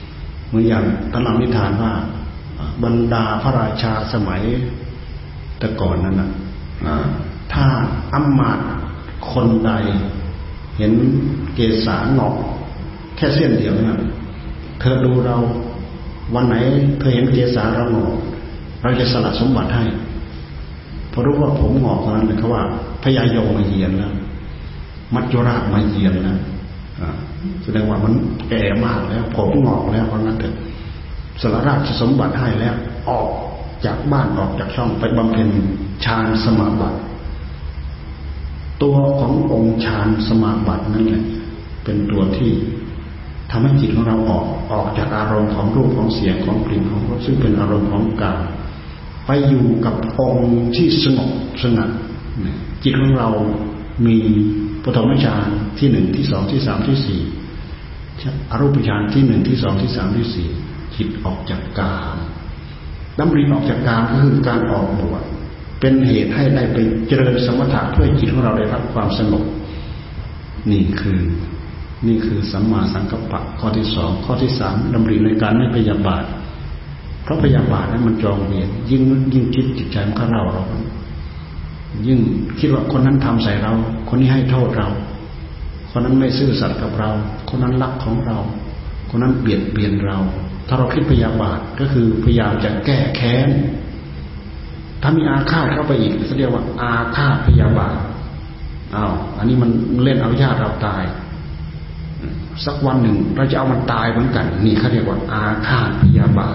เหมือนอย่างตำนานนิทานว่าบรรดาพระราชาสมัยแต่ก่อนนั้นนะถ้าอำมาตย์คนใดเห็นเกศาหงอกแค่เส้นเดียวนั้นเธอดูเราวันไหนเธอเห็นเกศาเราหงอกเราจะสละสมบัติให้พอรู้ว่าผมหงอกนั้นเลยเขาว่าพญายมมาเยียนแล้วมัจจุราชมาเยียนแล้วแสดงว่ามันแก่มากแล้วผมหงอกแล้วเพราะงั้นเถอะสละราชสมบัติให้แล้วออกจากบ้านออกจากช่องไปบำเพ็ญฌานสมาบัติตัวขององค์ฌานสมาบัตินั่นแหละเป็นตัวที่ทำให้จิตของเราออกออกจากอารมณ์ของรูปของเสียงของกลิ่นของรสซึ่งเป็นอารมณ์ของกายไปอยู่กับองค์ที่สงบสงัดจิตของเรามีปฐมฌานที่หนึ่งที่สองที่สามที่สี่อรูปฌานที่หนึ่งที่สองที่สามที่สี่จิตออกจากกามดำริออกจากกามก็คือการออกบวชเป็นเหตุให้ได้ไปเจริญสมถะเพื่อจิตของเราได้รับความสงบนี่คือนี่คือสัมมาสังกัปปะข้อที่สองข้อที่สามดำริในการไม่พยาบาทเพราะพยาบาทนั้นมันจองเวรยิ่งยิ่งคิดจิตใจมันก็เล่าเรายิ่งคิดว่าคนนั้นทำใส่เราคนนี้ให้โทษเราคนนั้นไม่ซื่อสัตย์กับเราคนนั้นลักของเราคนนั้นเบียดเบียนเราถ้าเราคิดพยาบาทก็คือพยายามจะแก้แค้นถ้ามีอาฆาตเข้าไปอีกเขาเรียกว่าอาฆาตพยาบาทอ้าวอันนี้มันเล่นเอาญาติเราตายสักวันหนึ่งเราจะเอามันตายเหมือนกันนี่เขาเรียกว่าอาฆาตพยาบาท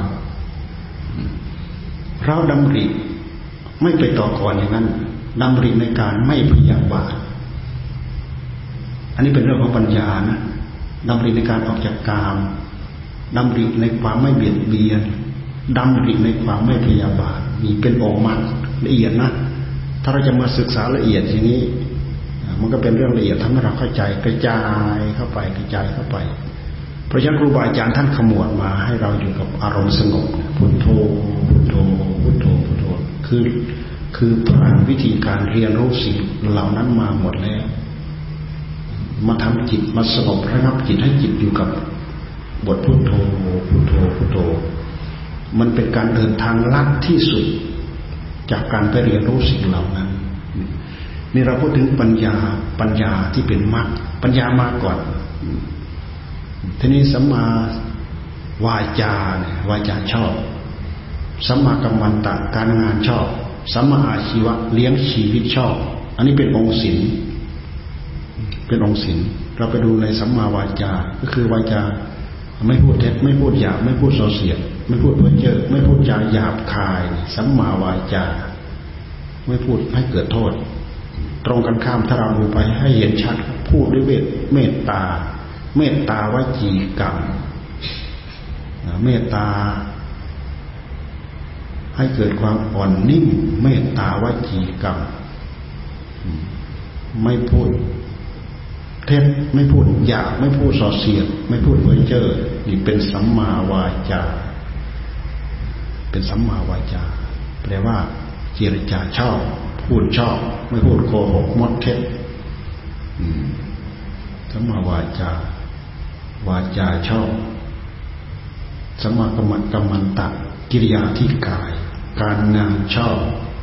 เราดำริไม่ไปต่อกรอย่างนั้นดำริในการไม่พยาบาทอันนี้เป็นเรื่องของปัญญานะดำริในการออกจากกามดำริในความไม่เบียดเบียนดำริในความไม่พยาบาทนี่เป็นองค์มรรคละเอียดนะถ้าเราจะมาศึกษาละเอียดทีนี้มันก็เป็นเรื่องละเอียดทำให้เราเข้าใจกระจายเข้าไปกระจายเข้าไปเพราะฉะนั้นครูบาอาจารย์ท่านขมวดมาให้เราอยู่กับอารมณ์สงบพุทโธพุทโธพุทโธพุทโธคือคือผ่านวิธีการเรียนรู้สิ่งเหล่านั้นมาหมดแล้วมาทำจิตมาสงบระงับจิตให้จิตอยู่กับบทพุทโธพุทโธพุทโธมันเป็นการเดินทางลัดที่สุดจากการไปเรียนรู้สิ่งเหล่านั้นนี่เราพูดถึงปัญญาปัญญาที่เป็นมรรคปัญญามาก่อนทีนี้สัมมาวาจาเนี่ยวาจาชอบสัมมากัมมันตะการงานชอบสัมมาอาชีวะเลี้ยงชีวิตชอบอันนี้เป็นองค์ศีลเป็นองค์ศีลเราไปดูในสัมมาวาจาก็คือวาจาไม่พูดเท็จไม่พูดหยาบไม่พูดส่อเสียดไม่พูดเพ้อเจ้อไม่พูดจาหยาบคายสัมมาวาจาไม่พูดให้เกิดโทษตรงกันข้ามถ้าเราดูไปให้เห็นชัดพูดด้วยเมตตาเมตตาวจีกรรมเมตตาให้เกิดความอ่อนนิ่มเมตตาวจีกรรมไม่พูดเท็จไม่พูดหยาบไม่พูดส่อเสียดไม่พูดเพ้อเจ้อนี่เป็นสัมมาวาจาเป็นสัมมาวาจาแปลว่าเจรจาชอบพูดชอบไม่พูดโกหกมดเท็จสัมมาวาจาวาจาชอบสัมมากัมมันกัมมันตะกิริยาที่กายการงานชอบ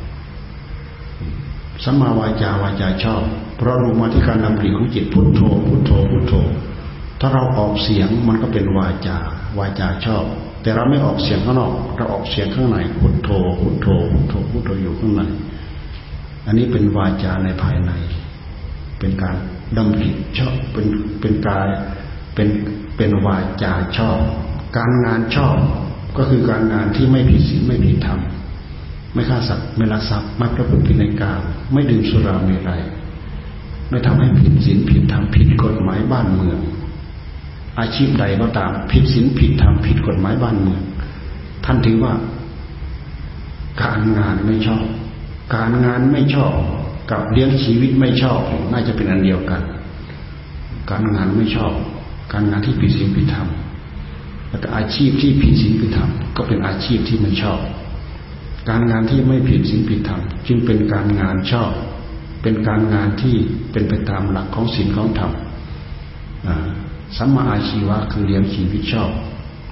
สัมมาวาจาวาจาชอบเพราะรู้มาที่การดำริของจิตพุทโธพุทโธพุทโธถ้าเราออกเสียงมันก็เป็นวาจาวาจาชอบแต่เราไม่ออกเสียงข้างนอกเราออกเสียงข้างในพุทโธพุทโธพุทโธพุทโธอยู่ข้างในอันนี้เป็นวาจาในภายในเป็นการดำริชอบเป็นเป็นกายเป็นเป็นวาจาชอบการงานชอบก็คือการงานที่ไม่ผิดศีลไม่ผิดธรรมไม่ฆ่าสัตว์ไม่ลักทรัพย์ไม่ประพฤติผิดในกามไม่ดื่มสุราเมรัยไม่ทำให้ผิดศีลผิดธรรมผิดกฎหมายบ้านเมืองอาชีพใดก็ตามผิดศีลผิดธรรมผิดกฎหมายบ้านเมืองท่านถือว่าการงานไม่ชอบการงานไม่ชอบกับเลี้ยงชีวิตไม่ชอบน่าจะเป็นอันเดียวกันการงานไม่ชอบการงานที่ผิดศีลผิดธรรมแล้วก็อาชีพที่ผิดศีลผิดธรรมก็เป็นอาชีพที่ไม่ชอบการงานที่ไม่ผิดศีลผิดธรรมจึงเป็นการงานชอบเป็นการงานที่เป็นไปตามหลักของศีลของธรรมสัมมาอาชีวะคือเลี้ยงชีวิตชอบ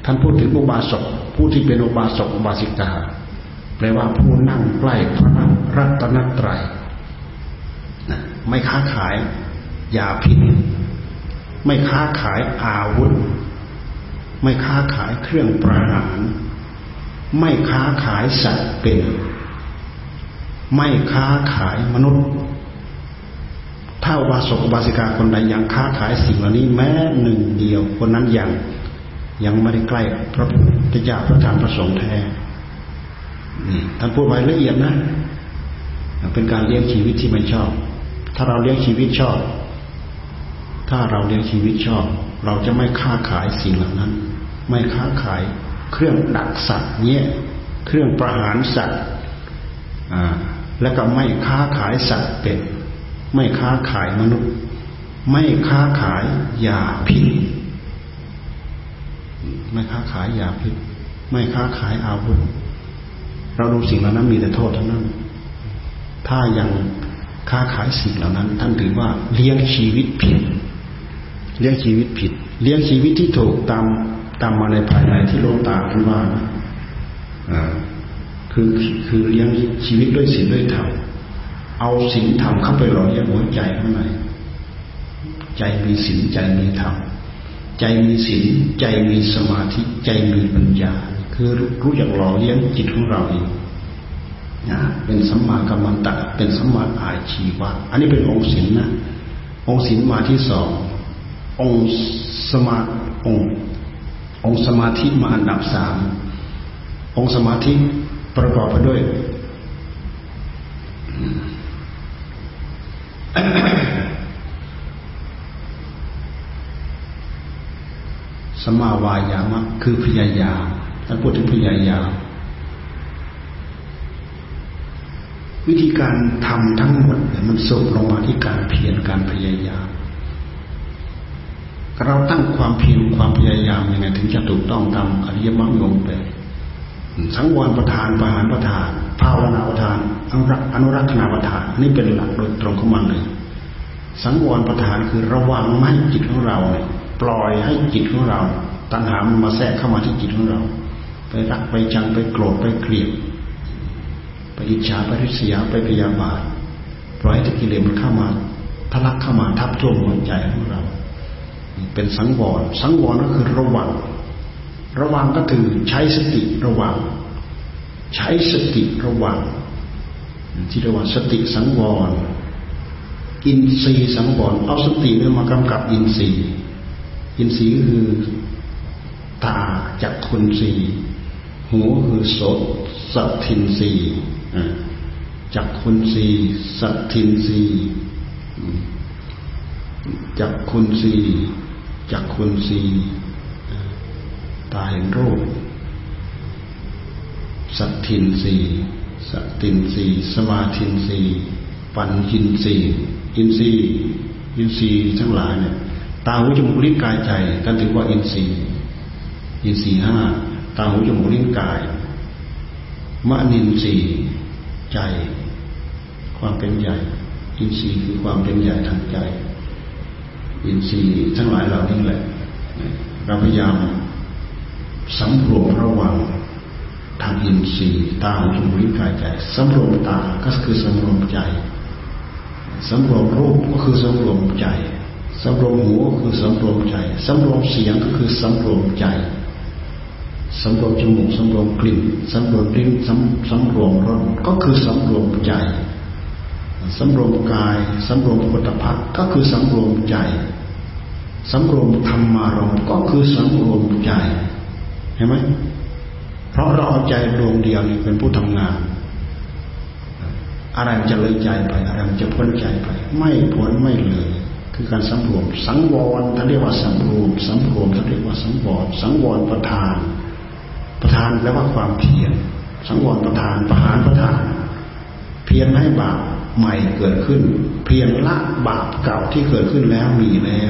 ท่านพูดถึงอุบาสกผู้ที่เป็นอุบาสกอุบาสิกาแปลว่าผู้นั่งใกล้พระรัตนตรัยนะไม่ค้าขายยาพิษไม่ค้าขายอาวุธไม่ค้าขายเครื่องประหารไม่ค้าขายสัตว์เป็นไม่ค้าขายมนุษย์ถ้าอุบาสกอุบาสิกาคนใดยังค้าขายสิ่งเหล่านี้แม้หนึ่งเดียวคนนั้นยังยังไม่ได้ใกล้พระพุทธเจ้าพระธรรมพระสงฆ์แท้นี่ท่านพูดไว้ละเอียดนะเป็นการเลี้ยงชีวิตที่ไม่ชอบถ้าเราเลี้ยงชีวิตชอบถ้าเราเลี้ยงชีวิตชอบเราจะไม่ค้าขายสิ่งเหล่านั้นไม่ค้าขายเครื่องดักสัตว์เนี่ยเครื่องประหารสัตว์อ่าแล้วก็ไม่ค้าขายสัตว์เป็ดไม่ค้าขายมนุษย์ไม่ค้าขายยาพิษไม่ค้าขายยาพิษไม่ค้าขายอาวุธเราดูสิ่งเหล่านั้นมีแต่โทษทั้งนั้นถ้ายังค้าขายสิ่งเหล่านั้นท่านถือว่าเลี้ยงชีวิตผิดเลี้ยงชีวิตผิดเลี้ยงชีวิตที่ถูกตามตามมาในภายในที่หลวงตาท่านว่าอ่าคือคือเลี้ยงชีวิตด้วยศีลด้วยธรรมเอาศีลธรรมเข้าไปหล่อเลี้ยงหัวใจข้างในใจมีศีลใจมีธรรมใจมีศีลใจมีสมาธิใจมีปัญญาคือรู้จักหล่อเลี้ยงจิตของเราเองนะเป็นสัมมากัมมันตะเป็นสัมมาอาชีวะอันนี้เป็นองค์ศีลนะองค์ศีลมาที่สององค์สมาองค์องค์สมาธิมาอันดับสามองค์สมาธิประกอบไปด้วยสัมมาวายามะคือพยายามท่านพูดถึงพยายามวิธีการทำทั้งหมดเนี่ยมันสรุปลงมาที่การเพียรการพยายามเราตั้งความเพียรความพยายามยังไงถึงจะถูกต้องตามอริยมรรคมีองค์แปดสังวรประทานประหารประทานภาวนาประทานอนุรักษ์อนุรักษณาประทานนี่เป็นหลักโดยตรงของมันเลยสังวรประทานคือระวังไม่ให้จิตของเราเนี่ยปล่อยให้จิตของเราตัณหามันมาแทรกเข้ามาที่จิตของเราไปรักไปชังไปโกรธไปเกลียดไปอิจฉาไปริษยาไปพยาบาทปล่อยให้กิเลสมันเข้ามาทะลักเข้ามาทับท่วมหัวใจของเราเป็นสังวรสังวรก็คือระวังระวังก็คือใช้สติระวังใช้สติระวังที่เรียกว่าสติสังวรอินทรีย์สังวรเอาสติเนี่ยมากำกับอินทรีย์อินทรีย์ก็คือตาจักขุนทรีย์หูคือโสตสัทธินทรีย์จักขุนทรีย์สัทธินทรีย์จักขุนทรีย์จักขุนทรีย์ตาเห็นรูปสัทธินทรีย์สัทธินทรีย์สมาธินทรีย์ปัญญินทรีย์อินทรีย์อินทรีย์ทั้งหลายเนี่ยตาหูจมูกลิ้นกายใจท่านถือว่าอินทรีย์อินทรีย์ห้าตาหูจมูกลิ้นกายมนินทรีย์ใจความเป็นใหญ่อินทรีย์คือความเป็นใหญ่ทางใจอินทรีย์ทั้งหลายเหล่านี้แหละเราพยายามสำรวมระวังทางอินทรีย์ตาหูจมูกลิ้นกายใจสำรวมตาก็คือสำรวมใจสำรวมรูปก็คือสำรวมใจสำรวมหูก็คือสำรวมใจสำรวมเสียงก็คือสำรวมใจสำรวมจมูกสำรวมกลิ่นสำรวมลิ้นสำสำรวมรสก็คือสำรวมใจสำรวมกายสำรวมโผฏฐัพพะก็คือสำรวมใจสำรวมธรรมารมณ์ก็คือสำรวมใจเห็นไหมเพราะเราเอาใจดวงเดียวนี่เป็นผู้ทำงานอะไรมันจะเลยใจไปอะไรมันจะพ้นใจไปไม่พ้นไม่เลยคือการสำรวมสังวรท่านเรียกว่าสำรวมสำรวมท่านเรียกว่าสังวรสังวรประทานประทานแปลว่าความเพียรสังวรประทานประหารประทานเพียรให้บาปใหม่เกิดขึ้นเพียรละบาปเก่าที่เกิดขึ้นแล้วมีแล้ว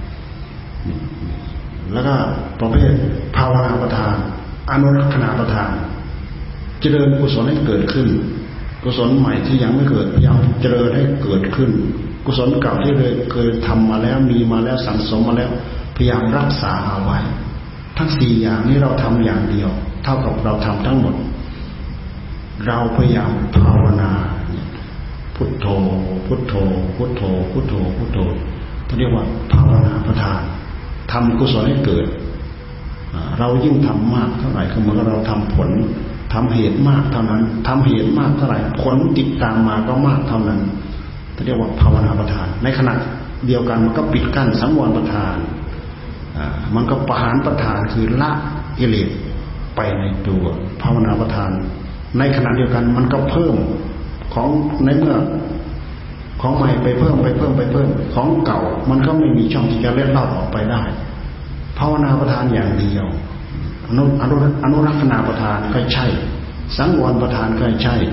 แล้วก็ประเภทภาวนาประทานอนุรักษณาประทานเจริญกุศลให้เกิดขึ้นกุศลใหม่ที่ยังไม่เกิดพยายามเจริญให้เกิดขึ้นกุศลเก่าที่เคยเคยทำมาแล้วมีมาแล้วสั่งสมมาแล้วพยายามรักษาเอาไว้ทั้งสี่อย่างนี้เราทำอย่างเดียวเท่ากับเราทำทั้งหมดเราพยายามภาวนาพุทโธพุทโธพุทโธพุทโธพุทโธเขาเรียกว่าภาวนาประทานทำกุศลให้เกิดเรายิ่งทำมากเท่าไหร่ก็เหมือนเราทำผลทำเหตุมากเท่านั้นทำเหตุมากเท่าไหร่ผลติดตามมาก็มากเท่านั้นเขาเรียกว่าภาวนาประทานในขณะเดียวกันมันก็ปิดกั้นสังวรประทานมันก็ประหารประทานคือละกิเลสไปในตัวภาวนาประทานในขณะเดียวกันมันก็เพิ่มของในเมื่อของใหม่ไปเพิ่มไปเพิ่มไปเพิ่มของเก่ามันก็ไม่มีช่องที่จะเล็ดลอดออกไปได้ภาวนาประทานอย่างเดียวอนุอนุอนุรักษณาประทานก็ใช่สังวรประทานก็ใช่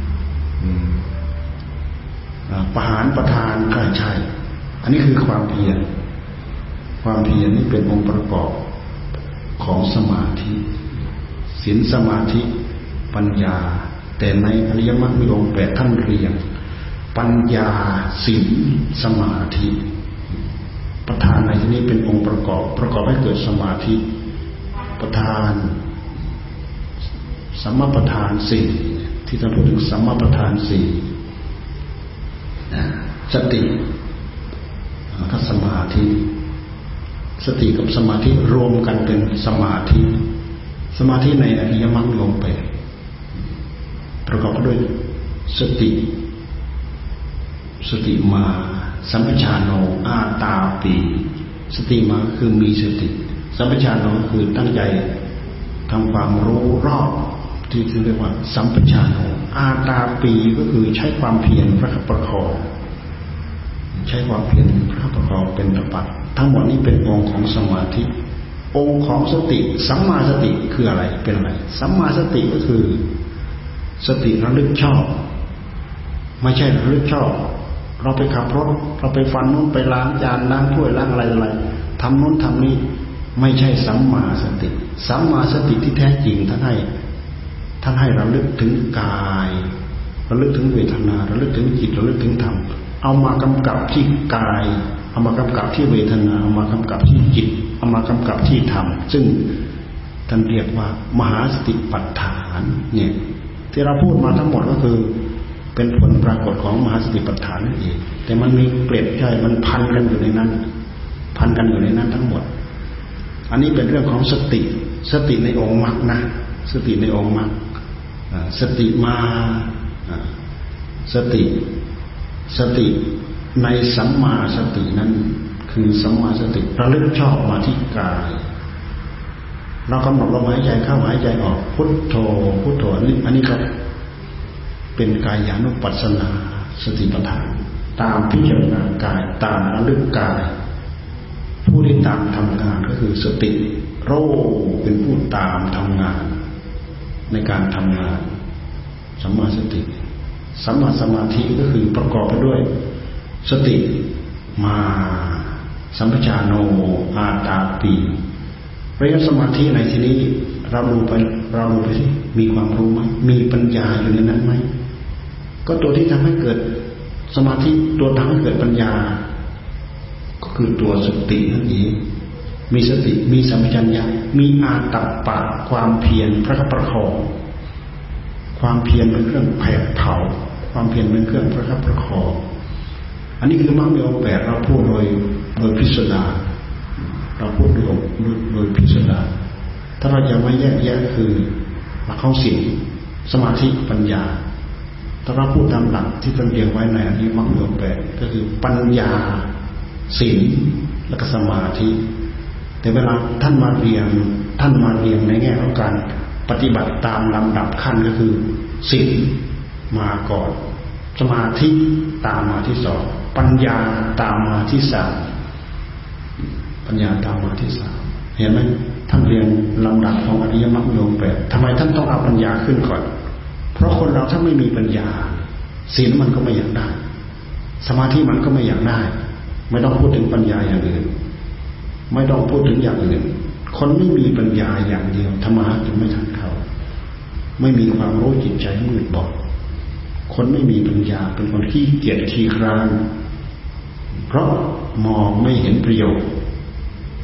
ประหารประทานก็ใช่อันนี้คือความเพียรความเพียรนี่เป็นองค์ประกอบของสมาธิศีลสมาธิปัญญาแต่ในอริยมรรคมีองค์แปดท่านเรียงปัญญาศีลสมาธิประธานในที่นี้เป็นองค์ประกอบประกอบให้เกิดสมาธิประธานสัมมาประธานสี่ที่ท่านพูดถึงสัมมาประธานสี่สติกับสมาธิสติกับสมาธิรวมกันเป็นสมาธิสมาธิในอริยมรรคลงไปประกอบด้วยสติสติมาสัมปชานโนอาตาปีสติมาคือมีสติสัมปชานโนคือตั้งใจทำความรู้รอบที่เรียกว่าสัมปชานโนอาตาปีก็คือใช้ความเพียรประคับประคองใช้ความเพียรประคับประคองเป็นตบะทั้งหมดนี้เป็นองค์ของสมาธิองค์ของสติสัมมาสติคืออะไรเป็นอะไรสัมมาสติก็คือสติระลึกชอบไม่ใช่ระลึกชอบเราไปขับรถเราไปฟันนู้นไปล้างจานล้างถ้วยล้างอะไรอะไรทำนู้นทำนี้ไม่ใช่สัมมาสติสัมมาสติที่แท้จริงท่านให้ท่านให้ระลึกถึงกายระลึกถึงเวทนาระลึกถึงจิตระลึกถึงธรรมเอามากำกับที่กายเอามากำกับที่เวทนาเอามากำกับที่จิตเอามากำกับที่ธรรมซึ่งท่านเรียกว่ามหาสติปัฏฐานเนี่ยที่เราพูดมาทั้งหมดก็คือเป็นผลปรากฏของมหาสติปัฏฐานนั่นเองแต่มันมีเกล็ดใช่มันพันกันอยู่ในนั้นพันกันอยู่ในนั้นทั้งหมดอันนี้เป็นเรื่องของสติสติในองค์มรรคนะสติในองค์มรรคสติมาสติสติในสัมมาสตินั้นคือสัมมาสติระลึกชอบมาที่กายเรากำหนดลมหายใจเข้าหายใจออกพุทโธพุทโธอันนี้อันนี้ก็เป็นกายานุปัสสนาสติปัฏฐานตามพิจารณากายตามระลึกกายผู้ที่ตามทำงานก็คือสติโรเป็นผู้ตามทำงานในการทำงานสัมมาสติสัมมาสมาธิก็คือประกอบไปด้วยสติมาสัมปชานโนอาตาปีระยะสมาธิในที่นี้เราดูไปเราดูไปสิมีความรู้ไหมมีปัญญาอยู่ในนั้นไหมก็ตัวที่ทำให้เกิดสมาธิตัวทำให้เกิดปัญญาก็คือตัวสตินั่นเองมีสติมีสัมปชัญญะมีอาตัปปะความเพียรประคับประคองความเพียรเป็นเครื่องแผดเผาความเพียรเป็นเครื่องประคับประคองอันนี้คือมรรคมีองค์แปดเราพูดโดยโดยพิสดารเราพูดโดยโดยพิสดารถ้าเราจะไม่แยกแยะคือหลักของศีลสมาธิปัญญาถ้าเราพูดตามหลักที่ท่านเรียงไว้ในอันนี้มรรคมีองค์แปดก็คือปัญญาศีลและก็สมาธิแต่เวลาท่านมาเรียงท่านมาเรียงในแง่ของการปฏิบัติตามลำดับขั้นก็คือศีลมาก่อนสมาธิตามมาที่สองปัญญาตามมาที่สามปัญญาตามมาที่สามเห็นไหมท่านเรียงลำดับของอริยมรรคมีองค์แปดทำไมท่านต้องเอาปัญญาขึ้นก่อนเพราะคนเราถ้าไม่มีปัญญาศีลมันก็ไม่อยากได้สมาธิมันก็ไม่อยากได้ไม่ต้องพูดถึงปัญญาอย่างอื่นไม่ต้องพูดถึงอย่างอื่นคนไม่มีปัญญาอย่างเดียวธรรมะจะไม่ทันเขาไม่มีความรู้จิตใจมืดบอดคนไม่มีปัญญาเป็นคนขี้เกียจขี้คร้านเพราะมองไม่เห็นประโยชน์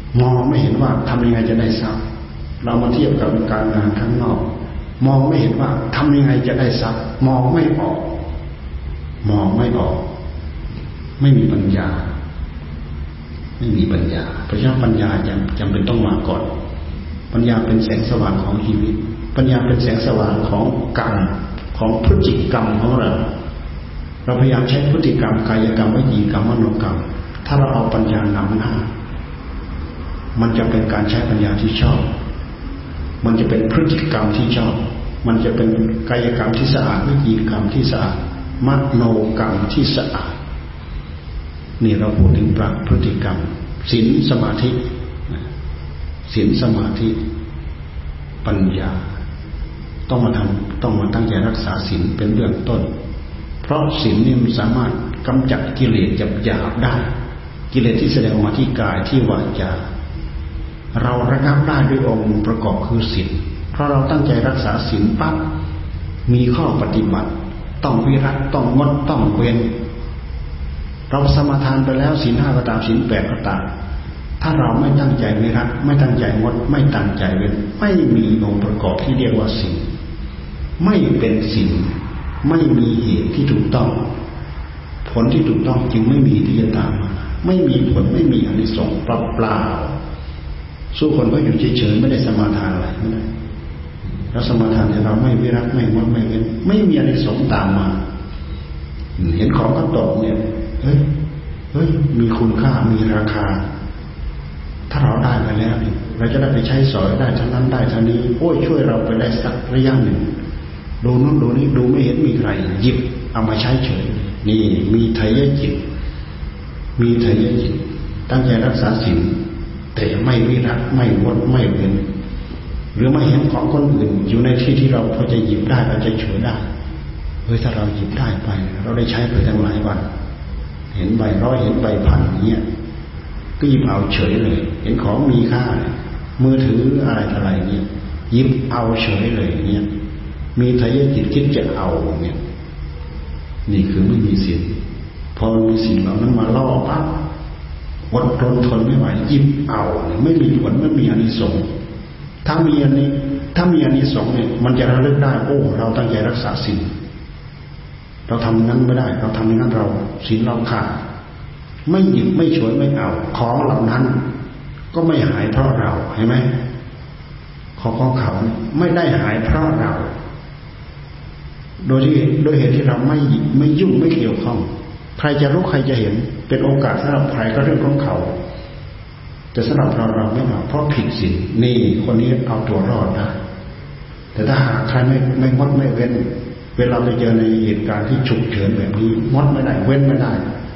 มองไม่เห็นว่าทำยังไงจะได้ทรัพย์เรามาเทียบกับการงานข้างนอกมองไม่เห็นว่าทำยังไงจะได้ทรัพย์มองไม่ออกมองไม่ออกไม่มีปัญญาไม่มีปัญญาเพราะฉะนั้นปัญญาจำจำเป็นต้องมาก่อนปัญญาเป็นแสงสว่างของชีวิตปัญญาเป็นแสงสว่างของกรรมของพฤติกรรมของเราเราพยายามใช้พฤติกรรมกายกรรมวิจีกรรมมโนกรรมถ้าเราเอาปัญญานำหน้ามันจะเป็นการใช้ปัญญาที่ชอบมันจะเป็นพฤติกรรมที่ชอบมันจะเป็นกายกรรมที่สะอาดวิจีกรรมที่สะอาดมโนกรรมที่สะอาดนี่เราพูดถึงปรับพฤติกรรมศีลสมาธิศีลสมาธิปัญญาต้องมาทำต้องมาตั้งใจรักษาศีลเป็นเบื้องต้นเพราะศีลนี่มันสามารถกำจัดกิเลสหยาบๆได้กิเลสที่แสดงออกมาที่กายที่วาจาเราระงับได้ด้วยองค์ประกอบคือศีลเพราะเราตั้งใจรักษาศีลปั๊บมีข้อปฏิบัติต้องวิรัติต้องงดต้องเว้นเราสมาทานไปแล้วศีลห้าก็ตามศีลแปดก็ตามถ้าเราไม่ตั้งใจวิรัติไม่ตั้งใจงดไม่ตั้งใจเว้นไม่มีองค์ประกอบที่เรียกว่าศีลไม่เป็นศีลไม่มีเหตุที่ถูกต้องผลที่ถูกต้องจึงไม่มีที่จะตามมาไม่มีผลไม่มีอานิสงส์เปล่าๆสู้คนก็อยู่เฉยๆไม่ได้สมาทานอะไรไม่ได้เราสมาทานแต่เราไม่วิรัติไม่งดไม่เว้นไม่มีอานิสงส์ตามมาเห็นของก็ตกเนี่ยเฮ้ยเฮ้ยมีคุณค่ามีราคาถ้าเราได้ไปแล้วเนี่ยเราจะได้ไปใช้สอยได้ทั้งนั้นได้ทั้งนี้โอ้ยช่วยเราไปได้สักระยะหนึ่งดูนู้นดูนี้ดูไม่เห็นมีใครหยิบเอามาใช้เฉยนี่มีไถยจิตมีไถยจิตตั้งใจรักษาศีลแต่ไม่วิรัติไม่งดไม่เว้นหรือไม่เห็นของคนอื่นอยู่ในที่ที่เราพอจะหยิบได้เราจะฉวยได้เฮ้ยถ้าเราหยิบได้ไปเราได้ใช้ไปตั้งหลายวันเห็นใบร้อยเห็นใบพันเงี้ยก็หยิบเอาเฉยเลยเห็นของมีค่ามือถืออะไรอะไรเนี่ยหยิบเอาเฉยเลยเนี่ยมีไถยจิตคิดจะเอาเนี่ยนี่คือไม่มีศีลพอมีศีลเหล่านั้นมาล่อปั๊บอดทนทนไม่ไหวหยิบเอาเนี่ยไม่มีผลไม่มีอานิสงส์ถ้ามีอันนี้ถ้ามีอานิสงส์เนี่ยมันจะระลึกได้โอ้เราตั้งใจรักษาศีลเราทำนั้นไม่ได้เราทำนั้นเราศีลเราขาดไม่หยิบไม่ฉวยไม่เอาของเหล่านั้นก็ไม่หายเพราะเราเห็นไหมของของเขาไม่ได้หายเพราะเราโดยที่โดยเหตุที่เราไม่ไม่ยุ่งไม่เกี่ยวข้องใครจะรู้ใครจะเห็นเป็นโอกาสสำหรับใครก็เรื่องของเขาแต่สำหรับเราเราไม่เอาเพราะผิดศีลนี่คนนี้เอาตัวรอดได้แต่ถ้าหากใครไม่ไม่งดไม่เว้นเวลาไปเจอในเหตุการณ์ที่ฉุกเฉินแบบนี้งดไม่ได้เว้นไม่ได้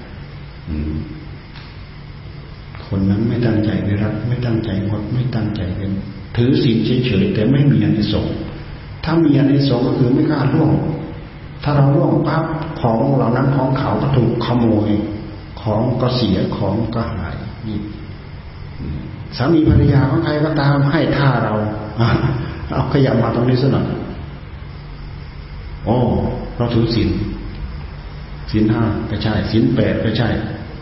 คนนั้นไม่ตั้งใจวิรัติไม่ตั้งใจงดไม่ตั้งใจเว้นถือศีลเฉยๆแต่ไม่มีอานิสงส์ถ้ามีอานิสงส์ก็คือไม่กล้าล่วงถ้าเราล่วงปั๊บของเหล่านั้นของเขาก็ถูกขโมยของก็เสียของก็หายนี่สามีภรรยาของใครก็ตามให้ท่าเราเอาขยับมาตรงนี้ซะหน่อยโอ้เราถือศีลศีลห้าก็ใช่ศีลแปดก็ใช่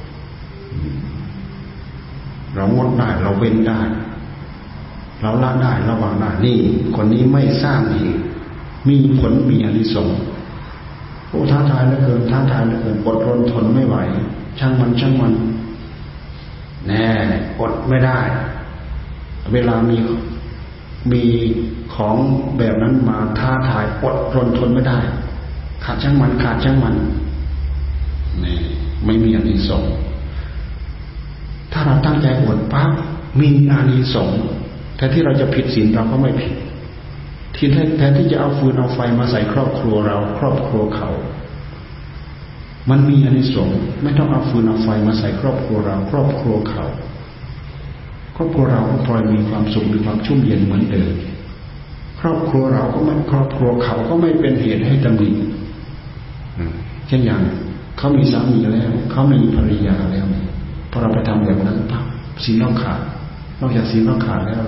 เรางดได้เราเว้นได้เราละได้ระวังได้นี่คนนี้ไม่สร้างเหตุมีผลมีอานิสงส์โอ้ท้าทายเหลือเกินท้าทายเหลือเกินอดทนทนไม่ไหวช่างมันช่างมันแน่อดไม่ได้เวลามีมีของแบบนั้นมาท้าทายอดทนทนไม่ได้ขาดช่างมันขาดช่างมันนี่ไม่มีอานิสงส์ถ้าเราตั้งใจอดปั๊บมีอานิสงส์แทนที่เราจะผิดศีลเราก็ไม่ผิดที่แทนที่จะเอาฟืนเอาไฟมาใส่ครอบครัวเราครอบครัวเขามันมีอานิสงส์ไม่ต้องเอาฟืนเอาไฟมาใส่ครอบครัวเราครอบครัวเขาครอบครัวเราก็พลอยมีความสุขมีความชุ่มเย็นเหมือนเดิมครอบครัวเราก็ไม่ครอบครัวเขาก็ไม่เป็นเหตุให้ตำหนิเช่นอย่างเขามีสามีแล้วเขามีภรรยาแล้วพอเราไปทำแบบนั้นปั๊บศีลเราขาดนอกจากศีลเราขาดแล้ว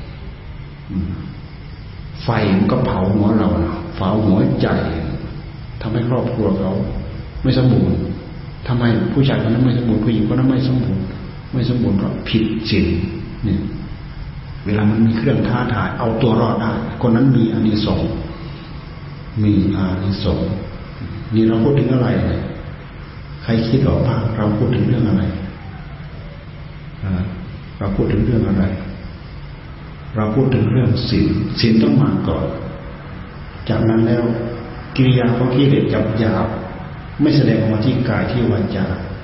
ไฟมันก็เผาหัวเราเผาหัวใจทำให้ครอบครัวเขาไม่สมบูรณ์ทำไมผู้ชายคนนั้นไม่สมบูรณ์ผู้หญิงคนนั้นไม่สมบูรณ์ไม่สมบูรณ์เพราะผิดศีลเนี่ยเวลามันมีเครื่องท้าทายเอาตัวรอดได้คนนั้นมีอานิสงส์มีอานิสงส์นี่เราพูดถึงอะไรใครคิดออกบ้างเราพูดถึงเรื่องอะไรเราพูดถึงเรื่องอะไรเราพูดถึงเรื่องศีลศีลต้องมาก่อนจากนั้นแล้วกิริยาของกิเลสหยาบๆไม่แสดงออกมาที่กายที่วาจา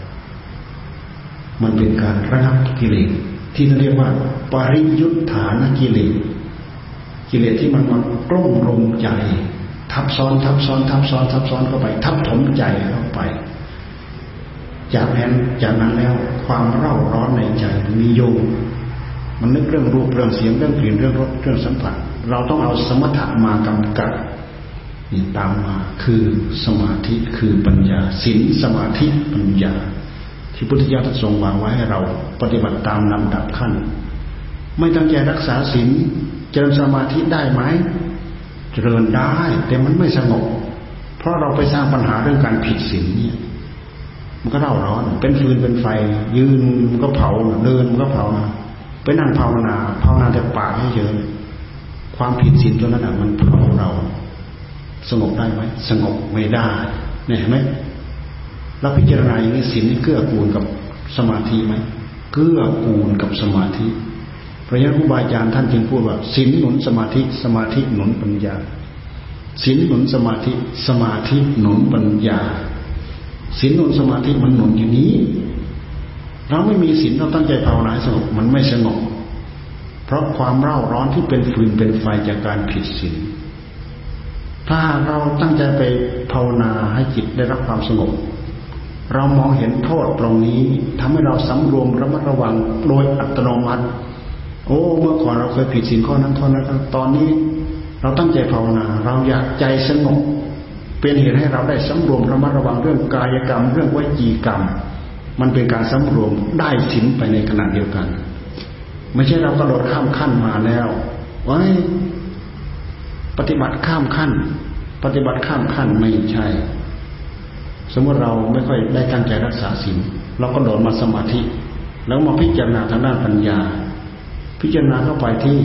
มันเป็นการระงับกิเลสที่เรียกว่าปริยุทธานกิเลสกิเลสที่มันมากลุ่มรุมใจทับซ้อนทับซ้อนทับซ้อนทับซ้อนเข้าไปทับถมใจเข้าไปจากนั้นจากนั้นแล้วความเร่าร้อนในใจมีโยมมันนึกเรื่องรูปเรื่องเสียงเรื่องกลิ่นเรื่องรสเรื่องสัมผัสเราต้องเอาสมถะมากำกับนี่ตามมาคือสมาธิคือปัญญาศีลสมาธิปัญญาที่พุทธเจ้าทรงวางไว้ให้เราปฏิบัติตามลำดับขั้นไม่ตั้งใจรักษาศีลเจริญสมาธิได้ไหมเจริญได้แต่มันไม่สงบเพราะเราไปสร้างปัญหาเรื่องการผิดศีลเนี่ยมันก็เร่าร้อนเป็นฟืนเป็นไฟยืนมันก็เผาเดินมันก็เผานะไปนั่งภาวนาภาวนาแต่ปากให้เฉยความผิดศีลตัวนั้นมันเผาเราสงบได้ไหมสงบไม่ได้เนี่ยเห็นไหมเราพิจารณาอย่างนี้ศีลนี่เกื้อกูลกับสมาธิไหมเกื้อกูลกับสมาธิเพราะฉะนั้นครูบาอาจารย์ท่านจึงพูดว่าศีลหนุนสมาธิสมาธิหนุนปัญญาศีลหนุนสมาธิสมาธิหนุนปัญญาศีลหนุนสมาธิมันหนุนอย่างนี้เราไม่มีศีลเราตั้งใจภาวนาสงบมันไม่สงบเพราะความเร่าร้อนที่เป็นฟืนเป็นไฟจากการผิดศีลถ้าเราตั้งใจไปภาวนาให้จิตได้รับความสงบเรามองเห็นโทษตรงนี้ทำให้เราสำรวมระมัดระวังโดยอัตโนมัติโอ้เมื่อก่อนเราเคยผิดศีลข้อนั้นข้อนั้นตอนนี้เราตั้งใจภาวนาเราอยากใจสงบเป็นเหตุให้เราได้สำรวมระมัดระวังเรื่องกายกรรมเรื่องวจีกรรมมันเป็นการสำรวมได้ศีลไปในขณะเดียวกันไม่ใช่เรากระโดดข้ามขั้นมาแล้วไว้ปฏิบัติข้ามขั้นปฏิบัติข้ามขั้นไม่ใช่สมมติเราไม่ค่อยได้ตั้งใจรักษาศีลเราก็โดดมาสมาธิแล้วมาพิจารณาทางด้านปัญญาพิจารณาเข้าไปที่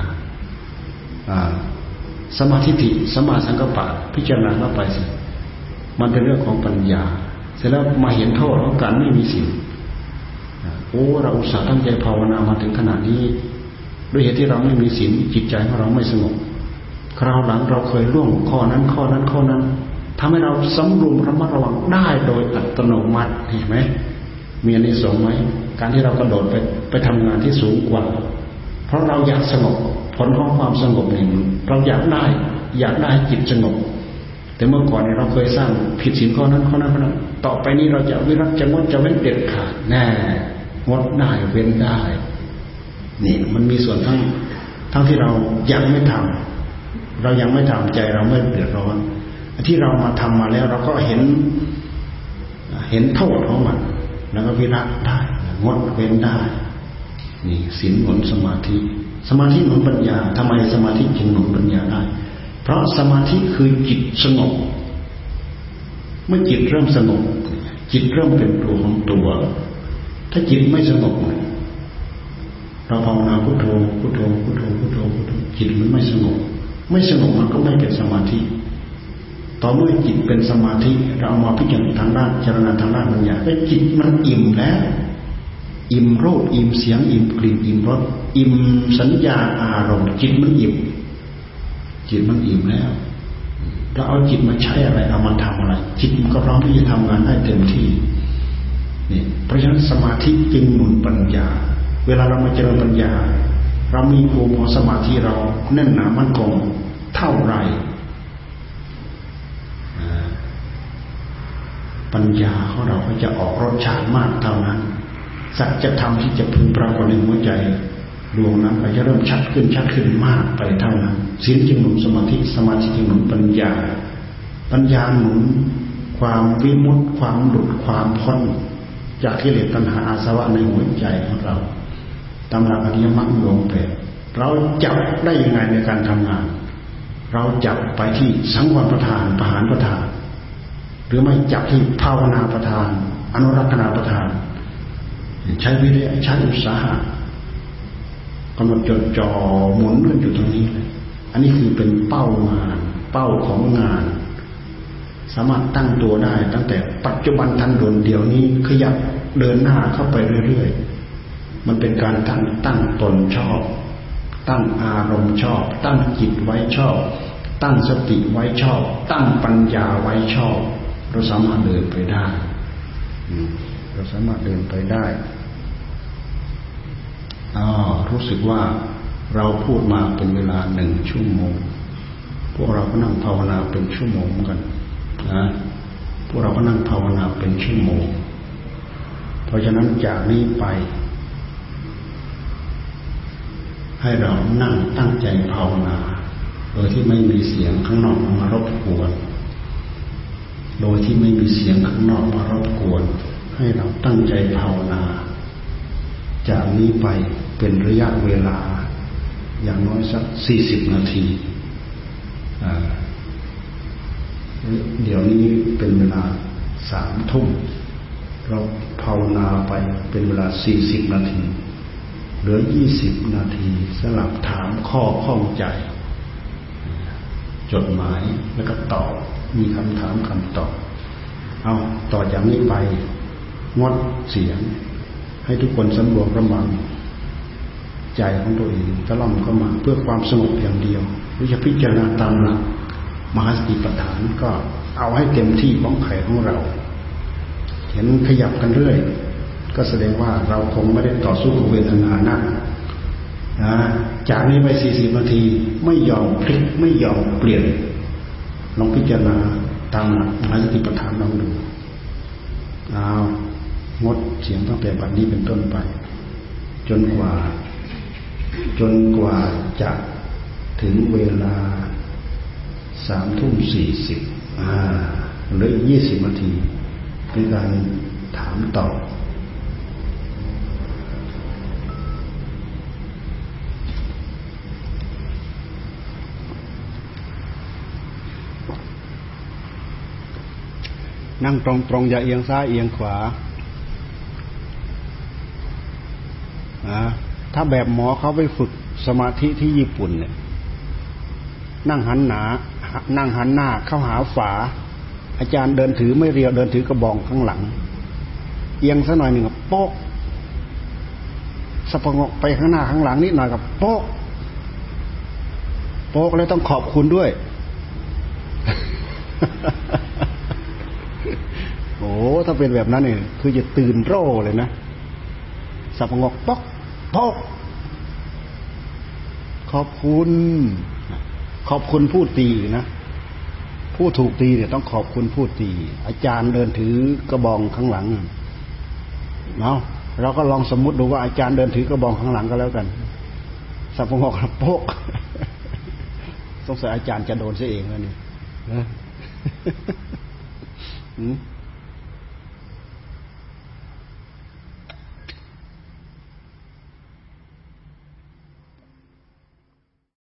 สมาธิิสมาสังกัปปะพิจารณาเข้าไปสิมันเป็นเรื่องของปัญญาเสร็จแล้วมาเห็นโทษของการไม่มีศีลโอ้เราอุตส่าห์ตั้งใจภาวนามาถึงขนาดนี้ด้วยเหตุที่เราไม่มีศีลจิตใจของเราไม่สงบคราวหลังเราเคยล่วงข้อนั้นข้อนั้นข้อนั้นทำให้เราสำรวมระมัดระวังได้โดยอัตโนมัติเห็นไหมมีอานิสงส์ไหมการที่เรากระโดดไปไปทำงานที่สูงกว่าเพราะเราอยากสงบผลของความสงบนี่เราอยากได้อยากได้จิตสงบแต่เมื่อก่อนเราเคยสร้างผิดศีลข้อนั้นข้อนั้นข้อนั้นต่อไปนี้เราจะวิรัติจะงดจะเว้นเด็ดขาดแน่งดได้เว้นได้นี่มันมีส่วนทั้งทั้งที่เรายังไม่ทำเรายังไม่ทำใจเราไม่เดือดร้อนที่เรามาทำมาแล้วเราก็เห็นเห็นโทษของมันแล้วก็วิรัติได้งดเว้นได้นี่ศีลหนุนสมาธิสมาธิหนุนปัญญาทำไมสมาธิจึงหนุนปัญญาได้เพราะสมาธิคือจิตสงบเมื่อจิตเริ่มสงบจิตเริ่มเป็นตัวของตัวถ้าจิตไม่สงบเราภาวนาพุทโธพุทโธพุทโธพุทโธพุทโธจิตมันไม่สงบไม่สงบมันก็ไม่เป็นสมาธิต่อเมื่อจิตเป็นสมาธิเรามาพิจารณาทางด้านเจรณาทางด้านปัญญาไอ้จิตมันอิ่มแล้วอิ่มรูปอิ่มเสียงอิ่มกลิ่นอิ่มรสอิ่มสัญญาอารมณ์จิตมันอิ่มจิตมันอิ่มแล้วเราเอาจิตมาใช้อะไรเอามาทำอะไรจิตมันก็พร้อมที่จะทำงานได้เต็มที่นี่เพราะฉะนั้นสมาธิจึงหนุนปัญญาเวลาเรามาเจริญปัญญาเรามีภูมิของสมาธิเราแน่นหนามั่นคงเท่าไรปัญญาของเราก็จะออกรสชาติมากเท่านั้นสัจธรรมที่จะพึงปรากฏในหัวใจดวงนั้นก็จะเริ่มชัดขึ้นชัดขึ้นมากไปเท่านั้นศีลจึงหนุนสมาธิสมาธิจึงหนุนปัญญาปัญญาหนุนความวิมุตติความหลุดความพ้นจากกิเลสตัณหาอาสวะในหัวใจของเราตามหลักอริยมรรคมีองค์แปดเราจับได้ยังไงในการทำงานเราจับไปที่สังวรประธานปหานประธานหรือไม่จับที่ภาวนาประธานอนุรักษณาประธานใช้วิริยะใช้อุตสาหะกำหนดจดจ่อหมุนกันอยู่ตรงนี้เลยอันนี้คือเป็นเป้างานเป้าของงานสามารถตั้งตัวได้ตั้งแต่ปัจจุบันทันด่วนเดี๋ยวนี้ขยับเดินหน้าเข้าไปเรื่อยๆมันเป็นการตั้งตั้งตนชอบตั้งอารมณ์ชอบตั้งจิตไว้ชอบตั้งสติไว้ชอบตั้งปัญญาไว้ชอบเราสามารถเดินไปได้เราสามารถเดินไปได้อ๋อรู้สึกว่าเราพูดมาเป็นเวลาหนึ่งชั่วโมงพวกเราก็นั่งภาวนาเป็นชั่วโมงเหมือนกันนะพวกเราก็นั่งภาวนาเป็นชั่วโมงเพราะฉะนั้นจากนี้ไปให้เรานั่งตั้งใจภาวนาโดยที่ไม่มีเสียงข้างนอกมารบกวนโดยที่ไม่มีเสียงข้างนอกมารบกวนให้เราตั้งใจภาวนาจากนี้ไปเป็นระยะเวลาอย่างน้อยสักสี่สิบนาทีเดี๋ยวนี้เป็นเวลาสามทุ่มเราภาวนาไปเป็นเวลาสี่สิบนาทีเหลือยี่สิบนาทีสำหรับถามข้อข้องใจจดหมายแล้วก็ตอบมีคำถามคำตอบเอาต่อจากนี้ไปงดเสียงให้ทุกคนสำรวมระวังใจของตัวเองตะล่อมเข้ามาเพื่อความสงบอย่างเดียวหรือจะพิจารณาตามหลักมหาสติปัฏฐานก็เอาให้เต็มที่ของไข่ของเราเห็นขยับกันเรื่อยก็แสดงว่าเราคงไม่ได้ต่อสู้กับเวทนานักนะจากนี้ไปสี่สิบนาทีไม่ยอมพลิกไม่ยอมเปลี่ยนลองพิจารณาตามหลักมหาสติปัฏฐานลองดูเอางดเสียงตั้งแต่บัดนี้เป็นต้นไปจนกว่าจนกว่าจะถึงเวลาสามทุ่มสี่สิบอ่าหรือยี่สิบนาทีเป็นการถามตอบนั่งตรงๆอย่าเอียงซ้ายเอียงขวานะถ้าแบบหมอเขาไปฝึกสมาธิที่ญี่ปุ่นเนี่ยนั่งหันหน้านั่งหันหน้าเข้าหาฝาอาจารย์เดินถือไม่เรียวเดินถือกระบองข้างหลังเอียงซะหน่อยหนึ่งกับโป๊กสะพงกไปข้างหน้าข้างหลังนิดหน่อยกับโป๊กโป๊กแล้วต้องขอบคุณด้วย โอ้ถ้าเป็นแบบนั้นเนี่ยคือจะตื่นโร่เลยนะสับงอกป๊อกป๊อกขอบคุณขอบคุณผู้ตีนะผู้ถูกตีเนี่ยต้องขอบคุณผู้ตีอาจารย์เดินถือกระบองข้างหลังเนาะเราก็ลองสมมุติดูว่าอาจารย์เดินถือกระบองข้างหลังก็แล้วกันสับงอกโป๊กสงสัยอาจารย์จะโดนซะเองแล้วนี่